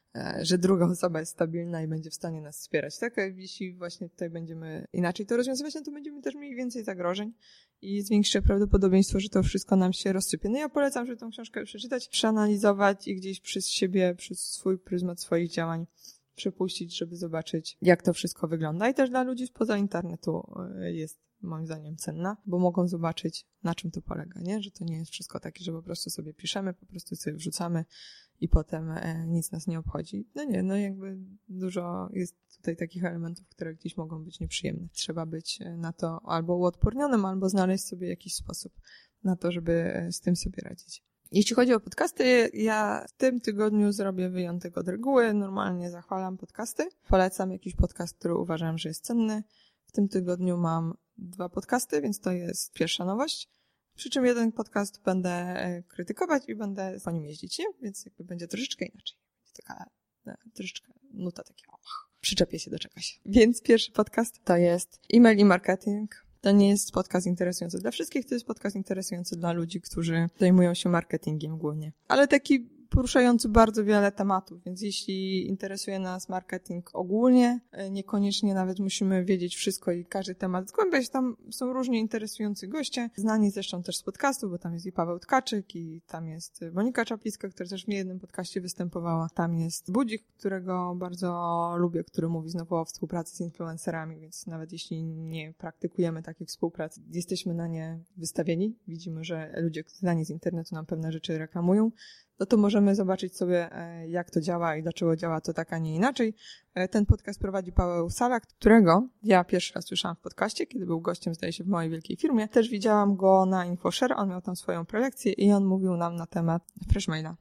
że druga osoba jest stabilna i będzie w stanie nas wspierać. Tak, jeśli właśnie tutaj będziemy inaczej to rozwiązywać, no to będziemy też mieli więcej zagrożeń i jest większe prawdopodobieństwo, że to wszystko nam się rozsypie. No ja polecam, żeby tą książkę przeczytać, przeanalizować i gdzieś przez siebie, przez swój pryzmat swoich działań przepuścić, żeby zobaczyć, jak to wszystko wygląda. I też dla ludzi spoza internetu jest moim zdaniem cenna, bo mogą zobaczyć, na czym to polega, nie? Że to nie jest wszystko takie, że po prostu sobie piszemy, po prostu sobie wrzucamy i potem nic nas nie obchodzi. No nie, no jakby dużo jest tutaj takich elementów, które gdzieś mogą być nieprzyjemne. Trzeba być na to albo uodpornionym, albo znaleźć sobie jakiś sposób na to, żeby z tym sobie radzić. Jeśli chodzi o podcasty, ja w tym tygodniu zrobię wyjątek od reguły. Normalnie zachwalam podcasty. Polecam jakiś podcast, który uważam, że jest cenny. W tym tygodniu mam 2 podcasty, więc to jest pierwsza nowość. Przy czym jeden podcast będę krytykować i będę po nim jeździć, nie? Więc jakby będzie troszeczkę inaczej. Będzie taka troszeczkę nuta takiego. Przyczepię się do czegoś. Więc pierwszy podcast to jest e-mail i marketing. To nie jest podcast interesujący dla wszystkich, to jest podcast interesujący dla ludzi, którzy zajmują się marketingiem głównie. Ale taki poruszający bardzo wiele tematów, więc jeśli interesuje nas marketing ogólnie, niekoniecznie nawet musimy wiedzieć wszystko i każdy temat zgłębiać. Tam są różnie interesujący goście, znani zresztą też z podcastu, bo tam jest i Paweł Tkaczyk, i tam jest Monika Czaplicka, która też w niejednym podcaście występowała. Tam jest Budzik, którego bardzo lubię, który mówi znowu o współpracy z influencerami, więc nawet jeśli nie praktykujemy takiej współpracy, jesteśmy na nie wystawieni. Widzimy, że ludzie znani z internetu nam pewne rzeczy reklamują, no to możemy zobaczyć sobie, jak to działa i dlaczego działa to tak, a nie inaczej. Ten podcast prowadzi Paweł Salak, którego ja pierwszy raz słyszałam w podcaście, kiedy był gościem, zdaje się, w mojej wielkiej firmie. Też widziałam go na InfoShare, on miał tam swoją prelekcję i on mówił nam na temat Freshmaila,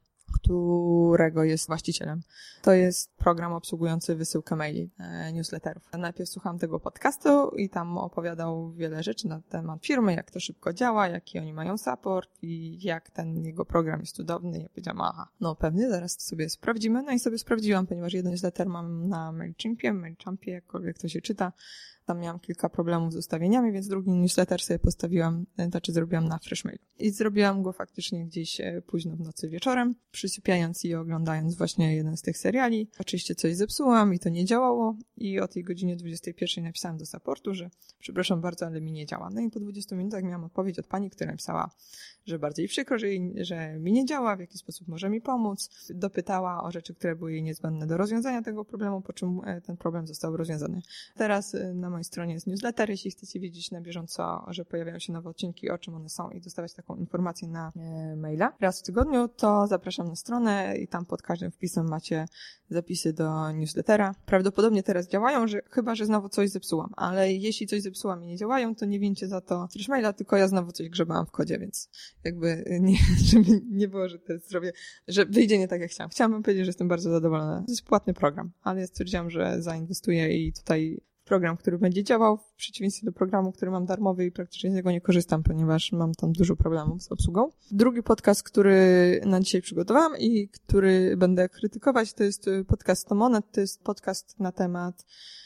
którego jest właścicielem. To jest program obsługujący wysyłkę maili, newsletterów. Najpierw słuchałam tego podcastu i tam opowiadał wiele rzeczy na temat firmy, jak to szybko działa, jaki oni mają support i jak ten jego program jest cudowny. I ja powiedziałam, aha, no pewnie, zaraz to sobie sprawdzimy. No i sobie sprawdziłam, ponieważ jeden newsletter mam na MailChimpie, jakkolwiek to się czyta. Tam miałam kilka problemów z ustawieniami, więc drugi newsletter sobie zrobiłam na Freshmail. I zrobiłam go faktycznie gdzieś późno w nocy wieczorem, przysypiając i oglądając właśnie jeden z tych seriali. Oczywiście coś zepsułam i to nie działało i o tej godzinie 21 napisałam do supportu, że przepraszam bardzo, ale mi nie działa. No i po 20 minutach miałam odpowiedź od pani, która napisała, że bardzo jej przykro, że mi nie działa, w jaki sposób może mi pomóc. Dopytała o rzeczy, które były jej niezbędne do rozwiązania tego problemu, po czym ten problem został rozwiązany. Teraz na mojej stronie jest newsletter, jeśli chcecie wiedzieć na bieżąco, że pojawiają się nowe odcinki, o czym one są i dostawać taką informację na maila raz w tygodniu, to zapraszam na stronę i tam pod każdym wpisem macie zapisy do newslettera. Prawdopodobnie teraz działają, chyba że znowu coś zepsułam, ale jeśli coś zepsułam i nie działają, to nie wincie za to Freshmaila, tylko ja znowu coś grzebałam w kodzie, więc jakby nie, żeby nie było, że teraz zrobię, że wyjdzie nie tak jak chciałam. Chciałam powiedzieć, że jestem bardzo zadowolona. To jest płatny program, ale ja stwierdziłam, że zainwestuję i tutaj program, który będzie działał, w przeciwieństwie do programu, który mam darmowy i praktycznie z niego nie korzystam, ponieważ mam tam dużo problemów z obsługą. Drugi podcast, który na dzisiaj przygotowałam i który będę krytykować, to jest podcast Tomonet. To jest podcast na temat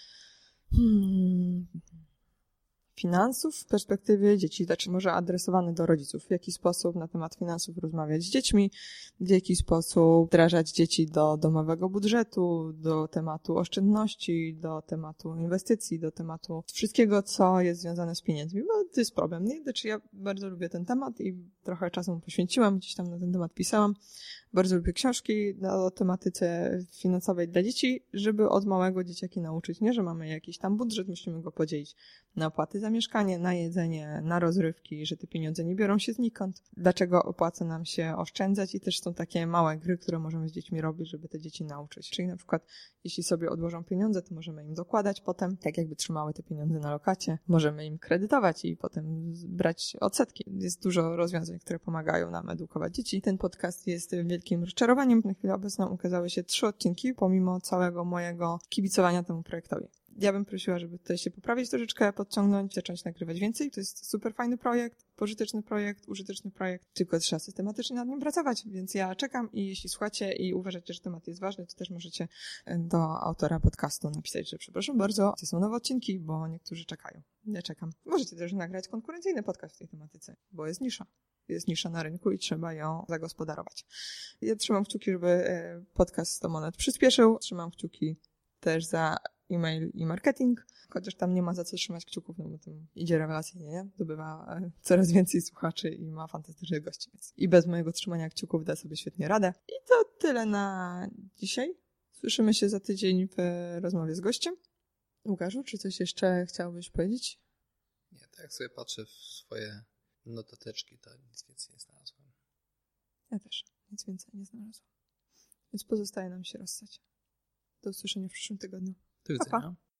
finansów w perspektywie dzieci, znaczy może adresowany do rodziców. W jaki sposób na temat finansów rozmawiać z dziećmi, w jaki sposób wdrażać dzieci do domowego budżetu, do tematu oszczędności, do tematu inwestycji, do tematu wszystkiego, co jest związane z pieniędzmi, bo to jest problem, nie? Znaczy ja bardzo lubię ten temat i trochę czasu mu poświęciłam, gdzieś tam na ten temat pisałam. Bardzo lubię książki o tematyce finansowej dla dzieci, żeby od małego dzieciaki nauczyć, nie, że mamy jakiś tam budżet, musimy go podzielić na opłaty za mieszkanie, na jedzenie, na rozrywki, że te pieniądze nie biorą się znikąd. Dlaczego opłaca nam się oszczędzać i też są takie małe gry, które możemy z dziećmi robić, żeby te dzieci nauczyć. Czyli na przykład, jeśli sobie odłożą pieniądze, to możemy im dokładać potem, tak jakby trzymały te pieniądze na lokacie. Możemy im kredytować i potem brać odsetki. Jest dużo rozwiązań, które pomagają nam edukować dzieci. Ten podcast jest wielkim rozczarowaniem. Na chwilę obecną ukazały się 3 odcinki, pomimo całego mojego kibicowania temu projektowi. Ja bym prosiła, żeby tutaj się poprawić troszeczkę, podciągnąć, zacząć nagrywać więcej. To jest super fajny projekt, pożyteczny projekt, użyteczny projekt, tylko trzeba systematycznie nad nim pracować, więc ja czekam i jeśli słuchacie i uważacie, że temat jest ważny, to też możecie do autora podcastu napisać, że przepraszam bardzo, to są nowe odcinki, bo niektórzy czekają. Ja czekam. Możecie też nagrać konkurencyjny podcast w tej tematyce, bo jest nisza. Jest nisza na rynku i trzeba ją zagospodarować. Ja trzymam kciuki, żeby podcast Tomonet przyspieszył. Trzymam kciuki też za e-mail i marketing, chociaż tam nie ma za co trzymać kciuków, no bo tam idzie rewelacyjnie, nie? Zdobywa coraz więcej słuchaczy i ma fantastycznych gości, więc i bez mojego trzymania kciuków da sobie świetnie radę. I to tyle na dzisiaj. Słyszymy się za tydzień w rozmowie z gościem. Łukaszu, czy coś jeszcze chciałbyś powiedzieć? Nie, tak jak sobie patrzę w swoje notateczki, to nic więcej nie znalazłem. Ja też nic więcej nie znalazłam. Więc pozostaje nam się rozstać. Do usłyszenia w przyszłym tygodniu. Do widzenia. Pa, pa.